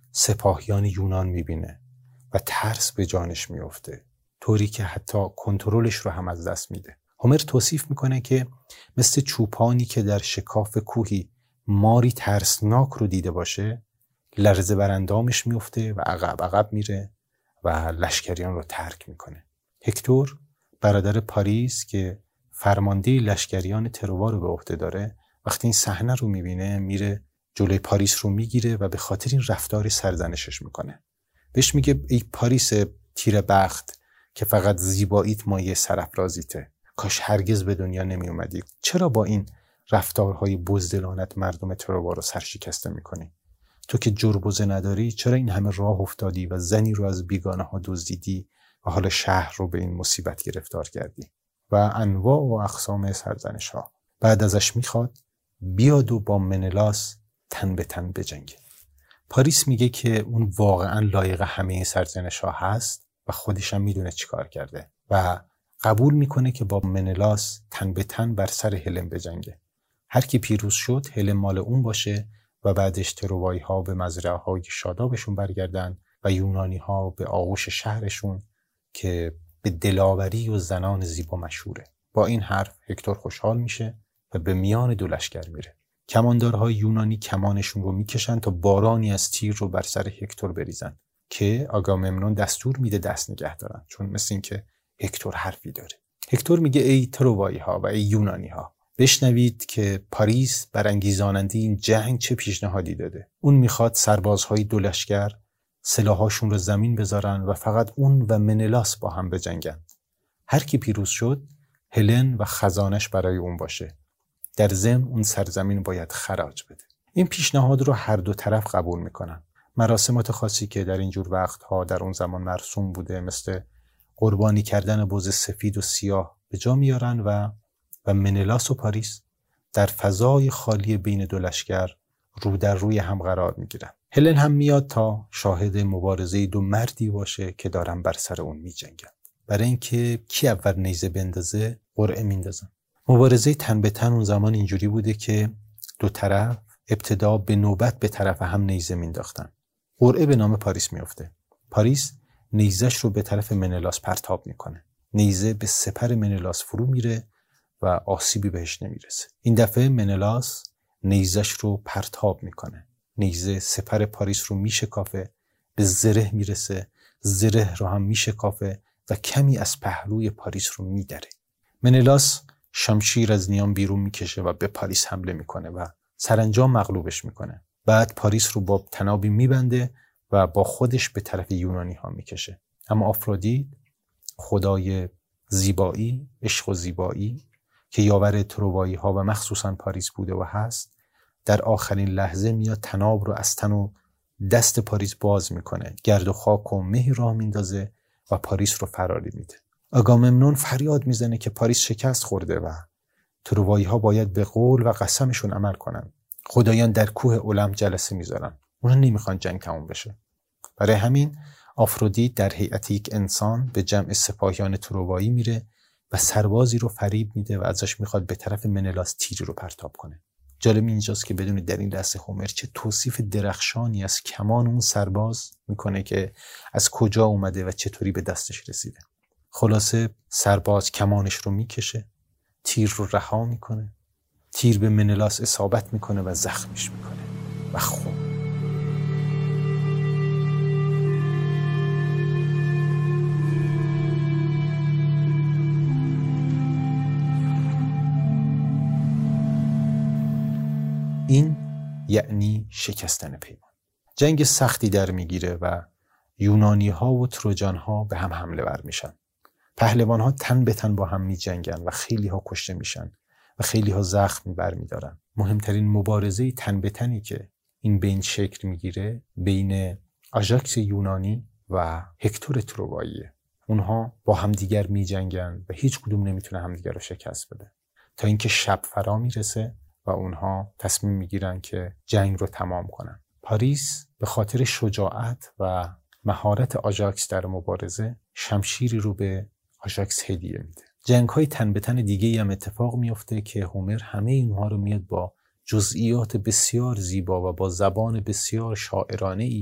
سپاهیان یونان میبینه و ترس به جانش میفته، طوری که حتی کنترلش رو هم از دست میده. هومر توصیف میکنه که مثل چوپانی که در شکاف کوهی ماری ترسناک رو دیده باشه، لرزه بر اندامش میفته و عقب میره و لشکریان رو ترک میکنه. هکتور برادر پاریس که فرمانده لشکریان تروآ رو به عهده داره، وقتی این صحنه رو میبینه میره جلوی پاریس رو میگیره و به خاطر این رفتار سرزنشش میکنه. بهش میگه ای پاریس تیر بخت که فقط زیباییت مایه سرافرازیته، کاش هرگز به دنیا نمی اومدی. چرا با این رفتارهای بزدلانت مردم تروآ رو سرشکسته میکنی؟ تو که جربوزه نداری، چرا این همه راه افتادی و زنی رو از بیگانه ها دزدیدی و حالا شهر رو به این مصیبت گرفتار کردی؟ و انواع و اقسام سرزنش ها. بعد ازش میخواد بیاد و با منلاس تن به تن بجنگه. پاریس میگه که اون واقعا لایق همه این سرزنش ها هست و خودش هم میدونه چیکار کرده و قبول میکنه که با منلاس تن به تن بر سر هلن بجنگه. هر کی پیروز شد هلن مال اون باشه و بعدش تروایی ها به مزرعه های شادابشون برگردن و یونانی ها به آغوش شهرشون که به دلاوری و زنان زیبا مشهوره. با این حرف هکتور خوشحال میشه و به میان دو لشکر میره. کماندارهای یونانی کمانشون رو میکشن تا بارانی از تیر رو بر سر هکتور بریزن که آگاممنون دستور میده دست نگه دارن، چون مثل این که هکتور حرفی داره. هکتور میگه ای تروایی ها و ای یونانی ها، بشنوید که پاریس برانگیزاننده این جنگ چه پیشنهادی داده. اون میخواد سربازهای دو لشکر سلاحاشون رو زمین بذارن و فقط اون و منلاس با هم بجنگن. هر کی پیروز شد هلن و خزانش برای اون باشه. در ضمن اون سرزمین باید خراج بده. این پیشنهاد رو هر دو طرف قبول میکنن. مراسمات خاصی که در اینجور وقتها در اون زمان مرسوم بوده، مثل قربانی کردن بز سفید و سیاه، به جا میارن و منلاس و پاریس در فضای خالی بین دو لشکر رو در روی هم قرار میگیرن. هلن هم میاد تا شاهد مبارزه دو مردی باشه که دارن بر سر اون میجنگن. برای اینکه کی اول نیزه بندازه قرعه میندازن. مبارزه تن به تن اون زمان اینجوری بوده که دو طرف ابتدا به نوبت به طرف هم نیزه مینداختن. قرعه به نام پاریس میفته. پاریس نیزش رو به طرف منلاس پرتاب میکنه. نیزه به سپر منلاس فرو میره و آسیبی بهش نمیرسه. این دفعه منلاس نیزش رو پرتاب میکنه. نیزه سپر پاریس رو میشکافه، به زره میرسه، زره رو هم میشکافه و کمی از پهلوی پاریس رو میدره. منلاس شمشیر از نیام بیرون میکشه و به پاریس حمله میکنه و سرانجام مغلوبش میکنه. بعد پاریس رو با طنابی میبنده و با خودش به طرف یونانی ها میکشه. اما آفرودیت، خدای زیبایی، عشق و زیبایی که یاور تروایی ها و مخصوصا پاریس بوده و هست، در آخرین لحظه میاد طناب رو از تن و دست پاریس باز میکنه، گرد و خاک و مه راه میندازه و پاریس رو فراری میده. آگاممنون فریاد میزنه که پاریس شکست خورده و تروایی ها باید به قول و قسمشون عمل کنن. خدایان در کوه اولمپ جلسه میذارن. اونا نمیخوان جنگ تموم بشه. برای همین آفرودیت در هیئت یک انسان به جمع سپاهیان تروایی میره و سربازی رو فریب میده و ازش میخواد به طرف منلاس تیری رو پرتاب کنه. جالب اینجاست که بدونید در این لحظه هومر چه توصیف درخشانی از کمان اون سرباز میکنه که از کجا اومده و چطوری به دستش رسیده. خلاصه سرباز کمانش رو میکشه، تیر رو رها میکنه، تیر به منلاس اصابت میکنه و زخمش میکنه و خون. این یعنی شکستن پیمان. جنگ سختی در میگیره و یونانی ها و تروجان ها به هم حمله ور میشن. پهلوان ها تن به تن با هم می جنگن و خیلی ها کشته میشن و خیلی ها زخم بر می دارن. مهمترین مبارزه تن به تنی که این بین شکل میگیره بین آژاکس یونانی و هکتور تروایی. اونها با هم دیگر می جنگن و هیچ کدوم نمیتونه همدیگر رو شکست بده تا اینکه شب فرا میرسه و اونها تصمیم میگیرن که جنگ رو تمام کنن. پاریس به خاطر شجاعت و مهارت آژاکس در مبارزه شمشیری رو به آژاکس هدیه میده. جنگ‌های تن به تن دیگه‌ای هم اتفاق میفته که هومر همه اینها رو میاد با جزئیات بسیار زیبا و با زبان بسیار شاعرانه‌ای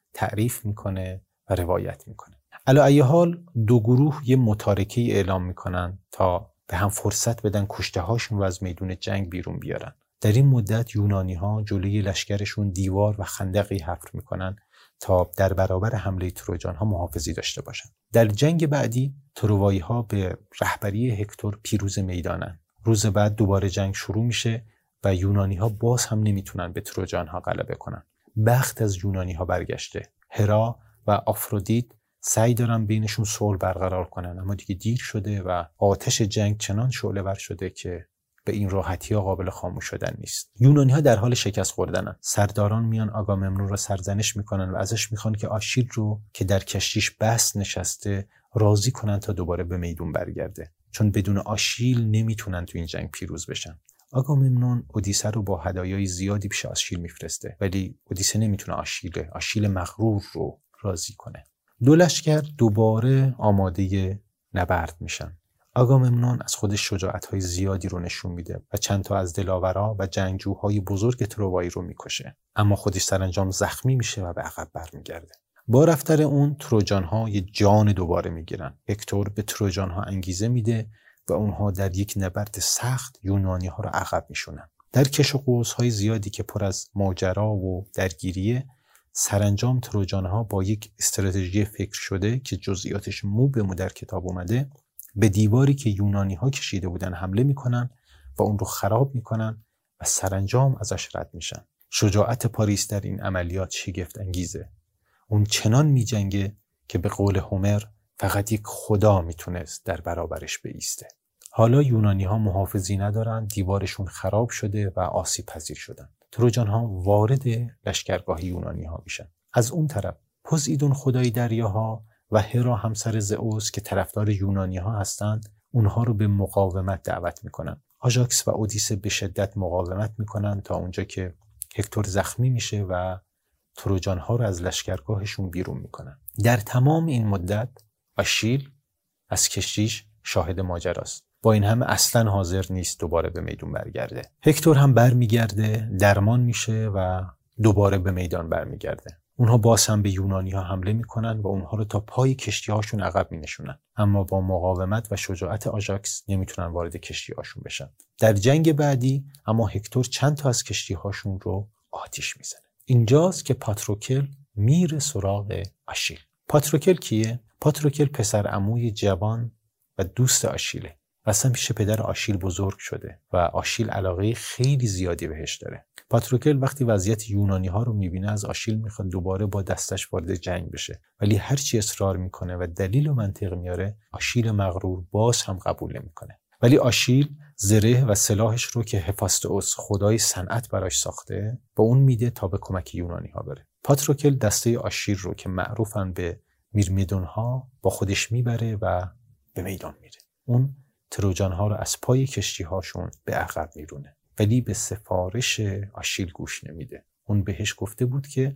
تعریف میکنه و روایت میکنه. علی ای حال دو گروه یه متارکه اعلام میکنن تا به هم فرصت بدن کشته هاشون رو از میدون جنگ بیرون بیارن. در این مدت یونانی ها جلوی لشکرشون دیوار و خندقی حفر میکنن تا در برابر حمله تروجان ها محافظی داشته باشن. در جنگ بعدی تروایی ها به رهبری هکتور پیروز میدانن. روز بعد دوباره جنگ شروع میشه و یونانی ها باز هم نمیتونن به تروجان ها غلبه کنن. بخت از یونانی ها برگشته. هرا و آفرودیت سعی دارن بینشون صلح برقرار کنن، اما دیگه دیر شده و آتش جنگ چنان شعله‌ور شده که به این راحتی ها قابل خاموش شدن نیست. یونانی ها در حال شکست خوردنن. سرداران میان آگاممنون رو سرزنش میکنن و ازش میخوان که آشیل رو که در کشتیش بست نشسته راضی کنن تا دوباره به میدون برگرده، چون بدون آشیل نمیتونن تو این جنگ پیروز بشن. آگاممنون اودیسه رو با هدایای زیادی پیش آشیل میفرسته، ولی اودیسه نمیتونه آشیل مغرور رو راضی کنه. دو لشکر دوباره آماده نبرد میشن. آگاممنون از خودش شجاعت‌های زیادی رو نشون میده و چند تا از دلاورا و جنگجوهای بزرگ تروایی رو میکشه، اما خودش سرانجام زخمی میشه و به عقب برمیگرده. با رفتن اون تروجان‌ها یه جان دوباره میگیرن. هکتور به تروجان‌ها انگیزه میده و اونها در یک نبرد سخت یونانی‌ها رو عقب میشونن. در کش و قوس‌های زیادی که پر از ماجرا و درگیریه، سرانجام تروجان‌ها با یک استراتژی فکر شده که جزئیاتش مو به مو در کتاب اومده، به دیواری که یونانی‌ها کشیده بودن حمله میکنن و اون رو خراب میکنن و سرانجام ازش رد میشن. شجاعت پاریس در این عملیات شگفت انگیزه. اون چنان میجنگه که به قول هومر فقط یک خدا میتونست در برابرش بایسته. حالا یونانی‌ها محافظی ندارن، دیوارشون خراب شده و آسیب پذیر شدن. تروجان‌ها وارد لشکرگاه یونانی‌ها میشن. از اون طرف پوزیدون خدای دریاها و هرا همسر زئوس که طرفدار یونانی‌ها هستند، اونها رو به مقاومت دعوت میکنن. آژاکس و اودیسه به شدت مقاومت میکنن تا اونجا که هکتور زخمی میشه و تروجان‌ها رو از لشکرگاهشون بیرون میکنن. در تمام این مدت آشیل از کشتیش شاهد ماجراست. با این همه اصلا حاضر نیست دوباره به میدون برگرده. هکتور هم برمیگرده، درمان میشه و دوباره به میدان برمیگرده. اونها باز هم به یونانی‌ها حمله میکنن و اونها رو تا پای کشتی‌هاشون عقب مینشونن، اما با مقاومت و شجاعت آژاکس نمیتونن وارد کشتی‌هاشون بشن. در جنگ بعدی اما هکتور چند تا از کشتی‌هاشون رو آتش میزنه. اینجاست که پاتروکل میره سراغ آشیل. پاتروکل کیه؟ پاتروکل پسر عموی جوان و دوست آشیله. اصلا پیش پدر آشیل بزرگ شده و آشیل علاقه خیلی زیادی بهش داره. پاتروکل وقتی وضعیت یونانی‌ها رو میبینه از آشیل میخواد دوباره با دستش وارد جنگ بشه، ولی هرچی اصرار میکنه و دلیل و منطق میاره، آشیل مغرور باز هم قبول نمیکنه. ولی آشیل زره و سلاحش رو که هفاستئوس خدای صنعت براش ساخته به اون میده تا به کمک یونانی‌ها بره. پاتروکل دسته آشیل رو که معروفن به میرمیدون‌ها با خودش میبره و به میدان میره. اون تروجان‌ها رو از پای کشتی‌هاشون به عقب میرونه، ولی به سفارش آشیل گوش نمیده. اون بهش گفته بود که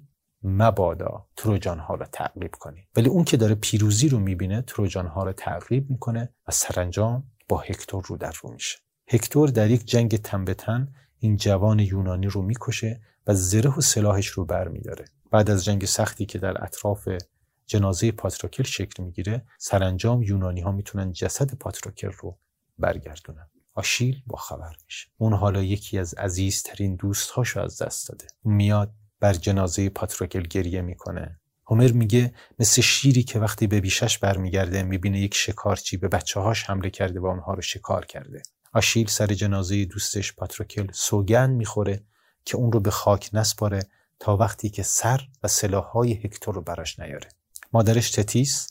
مبادا تروجان‌ها رو تعقیب کنی، ولی اون که داره پیروزی رو میبینه تروجان‌ها رو تعقیب میکنه و سرانجام با هکتور رو در رو میشه. هکتور در یک جنگ تن به تن این جوان یونانی رو میکشه و زره و سلاحش رو برمیداره. بعد از جنگ سختی که در اطراف جنازه پاتروکل شکل میگیره، سرانجام یونانی‌ها میتونن جسد پاتروکل رو برگردونن. آشیل با خبر میشه. اون حالا یکی از عزیزترین دوستهاشو از دست داده. میاد بر جنازه پاتروکل گریه میکنه. هومر میگه مثل شیری که وقتی به بیشش برمیگرده میبینه یک شکارچی به بچه‌هاش حمله کرده و اونها رو شکار کرده. آشیل سر جنازه دوستش پاتروکل سوگند میخوره که اون رو به خاک نسپاره تا وقتی که سر و سلاح‌های هکتور رو براش نیاره. مادرش تتیس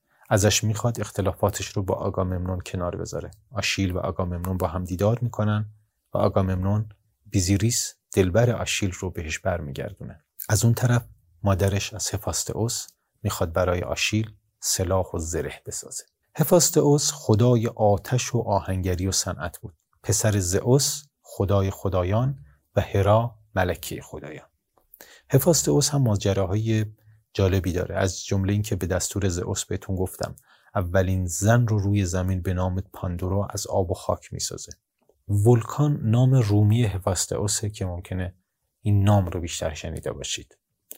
ازش میخواد اختلافاتش رو با آگاممنون کنار بذاره. آشیل و آگاممنون با هم دیدار میکنن و آگاممنون بیزیریس دلبر آشیل رو بهش برمیگردونه. از اون طرف مادرش از هفاستئوس میخواد برای آشیل سلاح و زره بسازه. هفاستئوس خدای آتش و آهنگری و صنعت بود. پسر زئوس خدای خدایان و هرا ملکه خدایان. هفاستئوس هم ماجراهای جالبی داره، از جمله این که به دستور زئوس بهتون گفتم اولین زن رو روی زمین به نام پاندورا از آب و خاک میسازه. ولکان نام رومی هفاستئوسه که ممکنه این نام رو بیشتر شنیده باشید.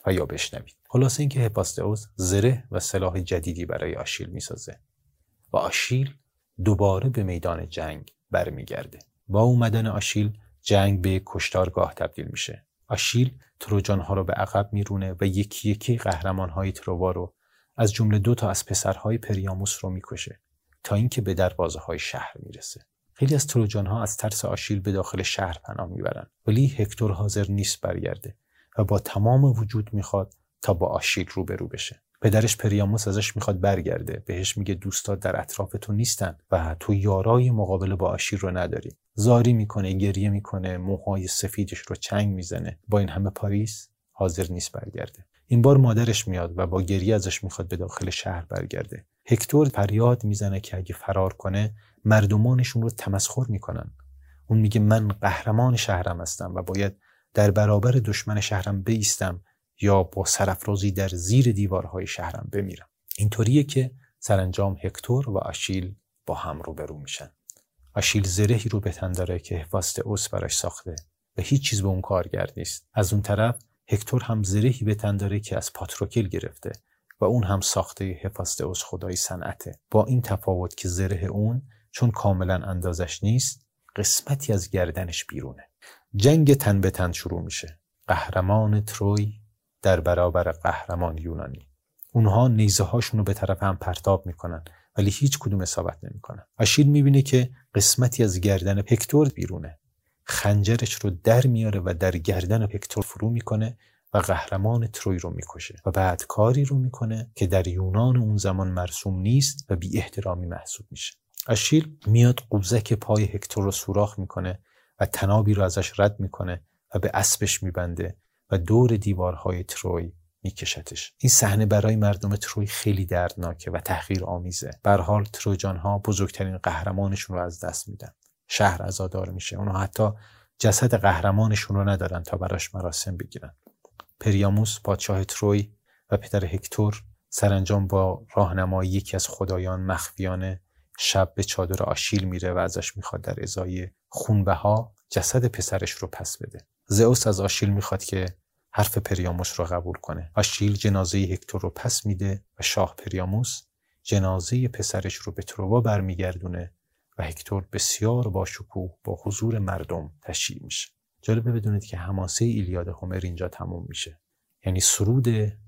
و یا بشنوید. خلاصه اینکه هفاستئوس زره و سلاح جدیدی برای آشیل میسازه و آشیل دوباره به میدان جنگ برمیگرده. با اومدن آشیل جنگ به کشتارگاه تبدیل میشه. آشیل تروجانها رو به عقب میرونه و یکی یکی قهرمانهای تروا رو از جمله 2 تا از پسرهای پریاموس رو میکشه تا اینکه به دروازه‌های شهر میرسه. خیلی از تروجانها از ترس آشیل به داخل شهر پناه میبرن، ولی هکتور حاضر نیست برگرده و با تمام وجود میخواد تا با آشیل روبرو بشه. پدرش پریاموس ازش میخواد برگرده، بهش میگه دوستات در اطراف تو نیستن و تو یارای مقابله با آشیل رو نداری. زاری میکنه، گریه میکنه، موهای سفیدش رو چنگ میزنه. با این همه پاریس حاضر نیست برگرده. این بار مادرش میاد و با گریه ازش میخواد به داخل شهر برگرده. هکتور فریاد میزنه که اگه فرار کنه مردمانشون رو تمسخر میکنن. اون میگه من قهرمان شهرم هستم و باید در برابر دشمن شهرم بایستم یا با سرافرازی در زیر دیوارهای شهرم بمیرم. اینطوریه که سرانجام هکتور و آشیل با هم روبرو میشن. آشیل زرهی رو به تن داره که هفاستئوس براش ساخته و هیچ چیز به اون کارگر نیست. از اون طرف هکتور هم زرهی به تن داره که از پاتروکل گرفته و اون هم ساخته هفاستئوس خدای صنعته. با این تفاوت که زره اون چون کاملا اندازش نیست قسمتی از گردنش بیرونه. جنگ تن به تن شروع میشه. قهرمان تروی در برابر قهرمان یونانی. اونها نیزه هاشون رو به طرف هم پرتاب میکنن ولی هیچ کدوم اصابت نمیکنن. آشیل میبینه که قسمتی از گردن هکتور بیرونه. خنجرش رو در میاره و در گردن هکتور فرو میکنه و قهرمان تروی رو میکشه و بعد کاری رو میکنه که در یونان اون زمان مرسوم نیست و بی احترامی محسوب میشه. آشیل میاد قوزک پای هکتور رو سوراخ میکنه و تنابی رو ازش رد میکنه و به اسبش میبنده و دور دیوارهای تروی میکشتش. این صحنه برای مردم تروی خیلی دردناکه و تحقیرآمیزه. به هر حال تروجانها بزرگترین قهرمانشون رو از دست میدن. شهر عزادار میشه. اونها حتی جسد قهرمانشون رو ندارن تا براش مراسم بگیرن. پریاموس پادشاه تروی و پدر هکتور سرانجام با راهنمایی یکی از خدایان مخفیانه شب به چادر آشیل میره و ازش میخواد در ازای خونبها جسد پسرش رو پس بده. زئوس از آشیل میخواد که حرف پریاموس رو قبول کنه. آشیل جنازه هکتور رو پس میده و شاه پریاموس جنازه پسرش رو به تروا برمیگردونه و هکتور بسیار با شکوه با حضور مردم تشییع میشه. جالبه بدونید که حماسه ایلیاد هومر اینجا تموم میشه. یعنی سرود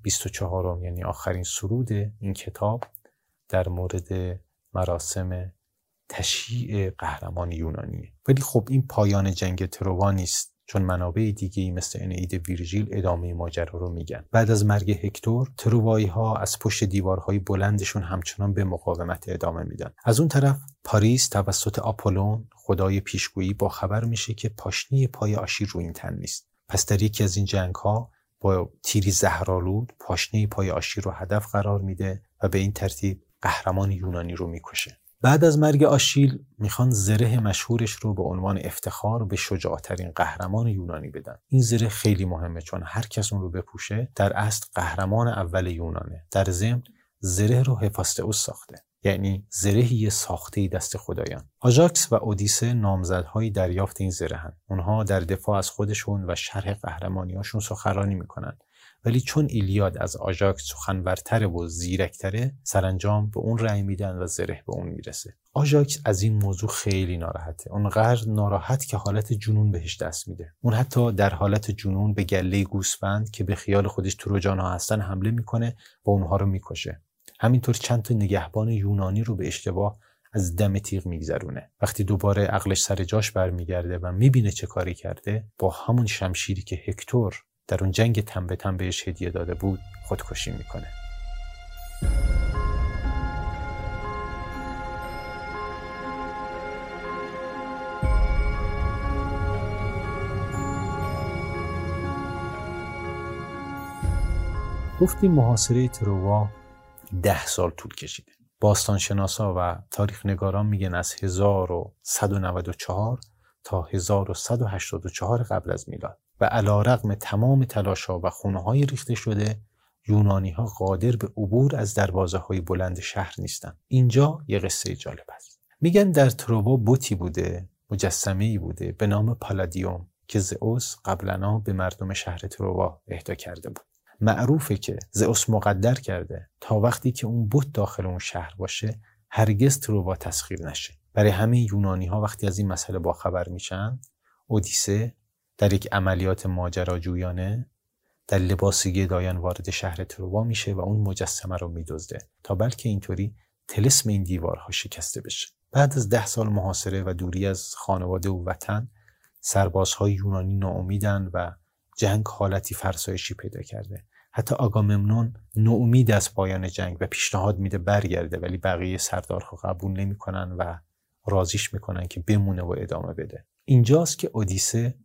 24م، یعنی آخرین سرود این کتاب در مورد مراسم تشییع قهرمان یونانیه. ولی خب این پایان جنگ تروا نیست، چون منابع دیگه‌ای مثل انئید ویرژیل ادامه ماجرا رو میگن. بعد از مرگ هکتور تروایی‌ها از پشت دیوارهای بلندشون همچنان به مقاومت ادامه میدن. از اون طرف پاریس توسط آپولون خدای پیشگویی با خبر میشه که پاشنه پای آشیل رو این تن نیست. پس در یکی از این جنگ‌ها با تیری زهرآلود پاشنه پای آشیل رو هدف قرار میده و به این ترتیب قهرمان یونانی رو میکشه. بعد از مرگ آشیل میخوان زره مشهورش رو به عنوان افتخار به شجاعترین قهرمان یونانی بدن. این زره خیلی مهمه چون هر کس اون رو بپوشه در اصل قهرمان اول یونانه. در ضمن زره رو هفاستئوس ساخته، یعنی زرهی ساخته دست خدایان. آژاکس و اودیسه نامزدهای دریافت این زره هن. اونها در دفاع از خودشون و شرح قهرمانیاشون سخنرانی میکنن، ولی چون ایلیاد از آژاکس سخنورتره و زیرکتره سرانجام به اون رأی میدن و زره به اون میرسه. آژاکس از این موضوع خیلی ناراحته. اونقدر ناراحت که حالت جنون بهش دست میده. اون حتی در حالت جنون به گله گوسفند که به خیال خودش تروجانها هستن حمله میکنه و اونها رو میکشه. همینطور چند تا نگهبان یونانی رو به اشتباه از دم تیغ میگذرونه. وقتی دوباره عقلش سر جاش برمیگرده و میبینه چه کاری کرده، با همون شمشیری که هکتور در اون جنگ تن به تن بهش هدیه داده بود خودکشی میکنه. گفتیم محاصره تروا 10 سال طول کشیده. باستانشناسا و تاریخ نگاران میگن از 1194 تا 1184 قبل از میلاد. و علیرغم تمام تلاش‌ها و خونه‌های ریخته شده، یونانی‌ها قادر به عبور از دروازه‌های بلند شهر نیستن. اینجا یه قصه جالب است. میگن در تروا بتی بوده، مجسمه‌ای بوده به نام پالادیوم که زئوس قبلاً به مردم شهر تروا اهدا کرده بود. معروفه که زئوس مقدر کرده تا وقتی که اون بت داخل اون شهر باشه هرگز تروبا تسخیر نشه. برای همه یونانی‌ها وقتی از این مسئله باخبر میشن، اودیسه در یک عملیات ماجراجویانه در لباس گدایان وارد شهر تروبا میشه و اون مجسمه رو میدزده تا بلکه اینطوری طلسم این دیوارها شکسته بشه. بعد از 10 سال محاصره و دوری از خانواده و وطن، سربازهای یونانی ناامیدن و جنگ حالتی فرسایشی پیدا کرده. حتی آگاممنون ناامید از پایان جنگ و پیشنهاد میده برگرده، ولی بقیه سردارها قبول نمیکنن و راضیش میکنن که بمونه و ادامه بده. اینجاست که اودیسه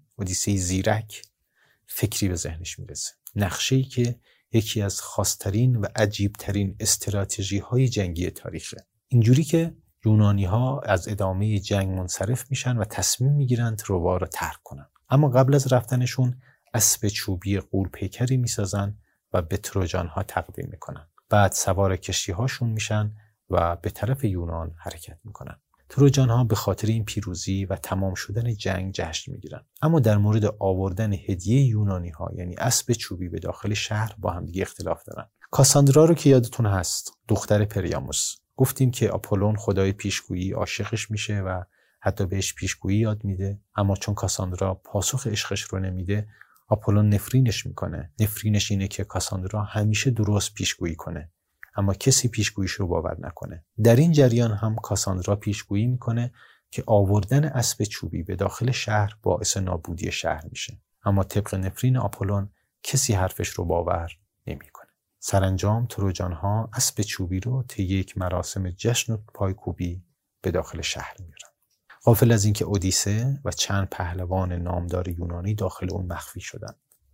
زیرک فکری به ذهنش میرسه. نقشه‌ای که یکی از خاص‌ترین و عجیب‌ترین استراتژی‌های جنگی تاریخه. اینجوری که یونانی‌ها از ادامه جنگ منصرف میشن و تصمیم میگیرن تروبا رو ترک کنن. اما قبل از رفتنشون اسب چوبی غول‌پیکری میسازن و به تروجان‌ها تقدیم میکنن. بعد سوار کشتی‌هاشون میشن و به طرف یونان حرکت میکنن. تروجان‌ها به خاطر این پیروزی و تمام شدن جنگ جشن میگیرن. اما در مورد آوردن هدیه یونانی‌ها یعنی اسب چوبی به داخل شهر با هم دیگه اختلاف دارن. کاساندرا رو که یادتون هست، دختر پریاموس، گفتیم که آپولون خدای پیشگویی عاشقش میشه و حتی بهش پیشگویی یاد میده، اما چون کاساندرا پاسخ عشقش رو نمیده، آپولون نفرینش میکنه. نفرینش اینه که کاساندرا همیشه درست پیشگویی کنه اما کسی پیشگوییش رو باور نکنه. در این جریان هم کاساندرا پیشگویی میکنه که آوردن اسب چوبی به داخل شهر باعث نابودی شهر میشه، اما طبق نفرین آپولون کسی حرفش رو باور نمیکنه. سرانجام تروجان‌ها اسب چوبی رو طی یک مراسم جشن و پایکوبی به داخل شهر میارن. غافل از اینکه اودیسه و چند پهلوان نامدار یونانی داخل اون مخفی شدن.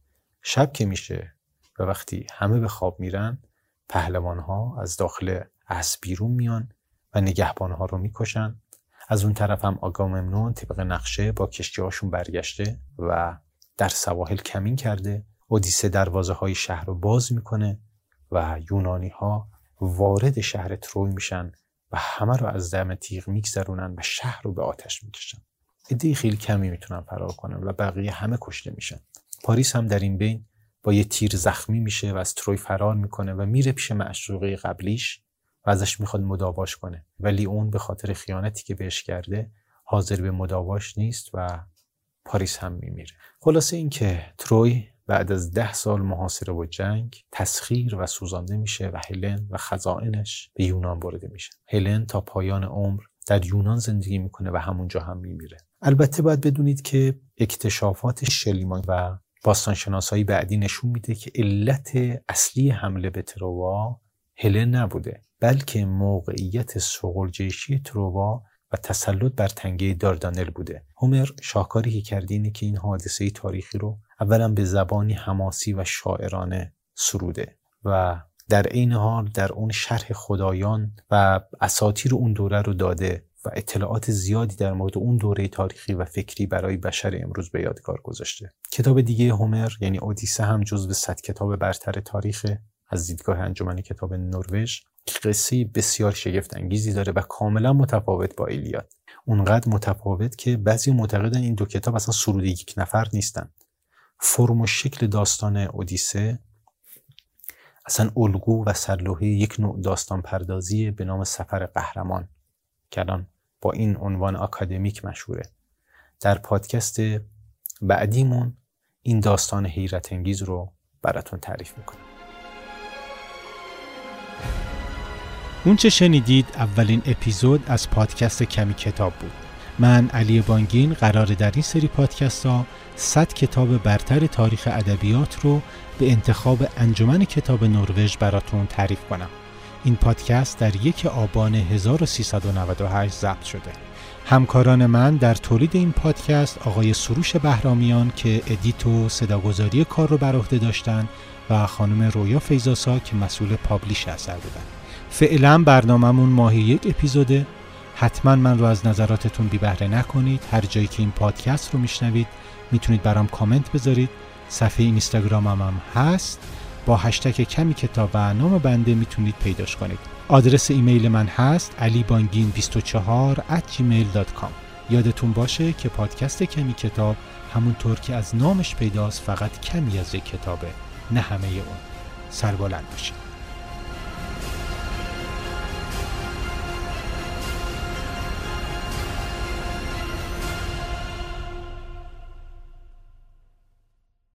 شب که میشه و وقتی همه به خواب میرن، پهلوان‌ها از داخل اسب بیرون میان و نگهبان‌ها رو میکشن. از اون طرف هم آگاممنون طبق نقشه با کشتی‌هاشون برگشته و در سواحل کمین کرده. اودیسه دروازه‌های شهر رو باز میکنه و یونانی‌ها وارد شهر تروی میشن و همه رو از دم تیغ میگذرونن و شهر رو به آتش میکشن. عده خیلی کمی میتونن فرار کنن و بقیه همه کشته میشن. پاریس هم در این بین با یه تیر زخمی میشه و از تروی فرار میکنه و میره پیش معشوقه قبلیش و ازش میخواد مداواش کنه، ولی اون به خاطر خیانتی که بهش کرده حاضر به مداواش نیست و پاریس هم میمیره. خلاصه این که تروی بعد از 10 سال محاصره و جنگ تسخیر و سوزانده میشه و هلن و خزائنش به یونان برده میشه. هلن تا پایان عمر در یونان زندگی میکنه و همونجا هم میمیره. البته باید بدونید که اکتشافات شلیمان و باستانشناسایی بعدی نشون میده که علت اصلی حمله به ترووا هلن نبوده، بلکه موقعیت صقلجیشی ترووا و تسلط بر تنگه داردانل بوده. هومر شاهکاری که کرده اینه که این حادثه تاریخی رو اولا به زبانی حماسی و شاعرانه سروده و در عین حال در اون شرح خدایان و اساطیر اون دوره رو داده و اطلاعات زیادی در مورد اون دوره تاریخی و فکری برای بشر امروز به یادگار گذاشته. کتاب دیگه هومر یعنی اودیسه هم جزو 100 کتاب برتر تاریخ از دیدگاه انجمن کتاب نروژ، قصه بسیار شگفت انگیزی داره و کاملا متفاوت با ایلیاد. اونقدر متفاوت که بعضی معتقدن این دو کتاب اصلا سرود یک نفر نیستن. فرم و شکل داستان اودیسه اصلا الگو و سرلوحه یک نوع داستان پردازی به نام سفر قهرمان که الان با این عنوان آکادمیک مشهوره. در پادکست بعدیمون این داستان حیرت انگیز رو براتون تعریف میکنم. اون چه شنیدید اولین اپیزود از پادکست کمی کتاب بود. من علی بانگین قراره در این سری پادکست ها 100 کتاب برتر تاریخ ادبیات رو به انتخاب انجمن کتاب نروژ براتون تعریف کنم. این پادکست در 1 آبان 1398 ضبط شده. همکاران من در تولید این پادکست آقای سروش بهرامیان که ادیت و صداگذاری کار رو بر عهده داشتن و خانم رویا فیضاسا که مسئول پابلیش اثر بودن. فعلا برنامه‌مون ماهی 1 اپیزوده. حتما من رو از نظراتتون بی بهره نکنید. هر جایی که این پادکست رو میشنوید میتونید برام کامنت بذارید. صفحه اینستاگرامم هم هست با هشتگ کمی کتاب و نام بنده میتونید پیداش کنید. آدرس ایمیل من هست alibangin24@gmail.com. یادتون باشه که پادکست کمی کتاب همونطور که از نامش پیداست فقط کمی از یک کتابه. نه همه اون. سربلند باشید.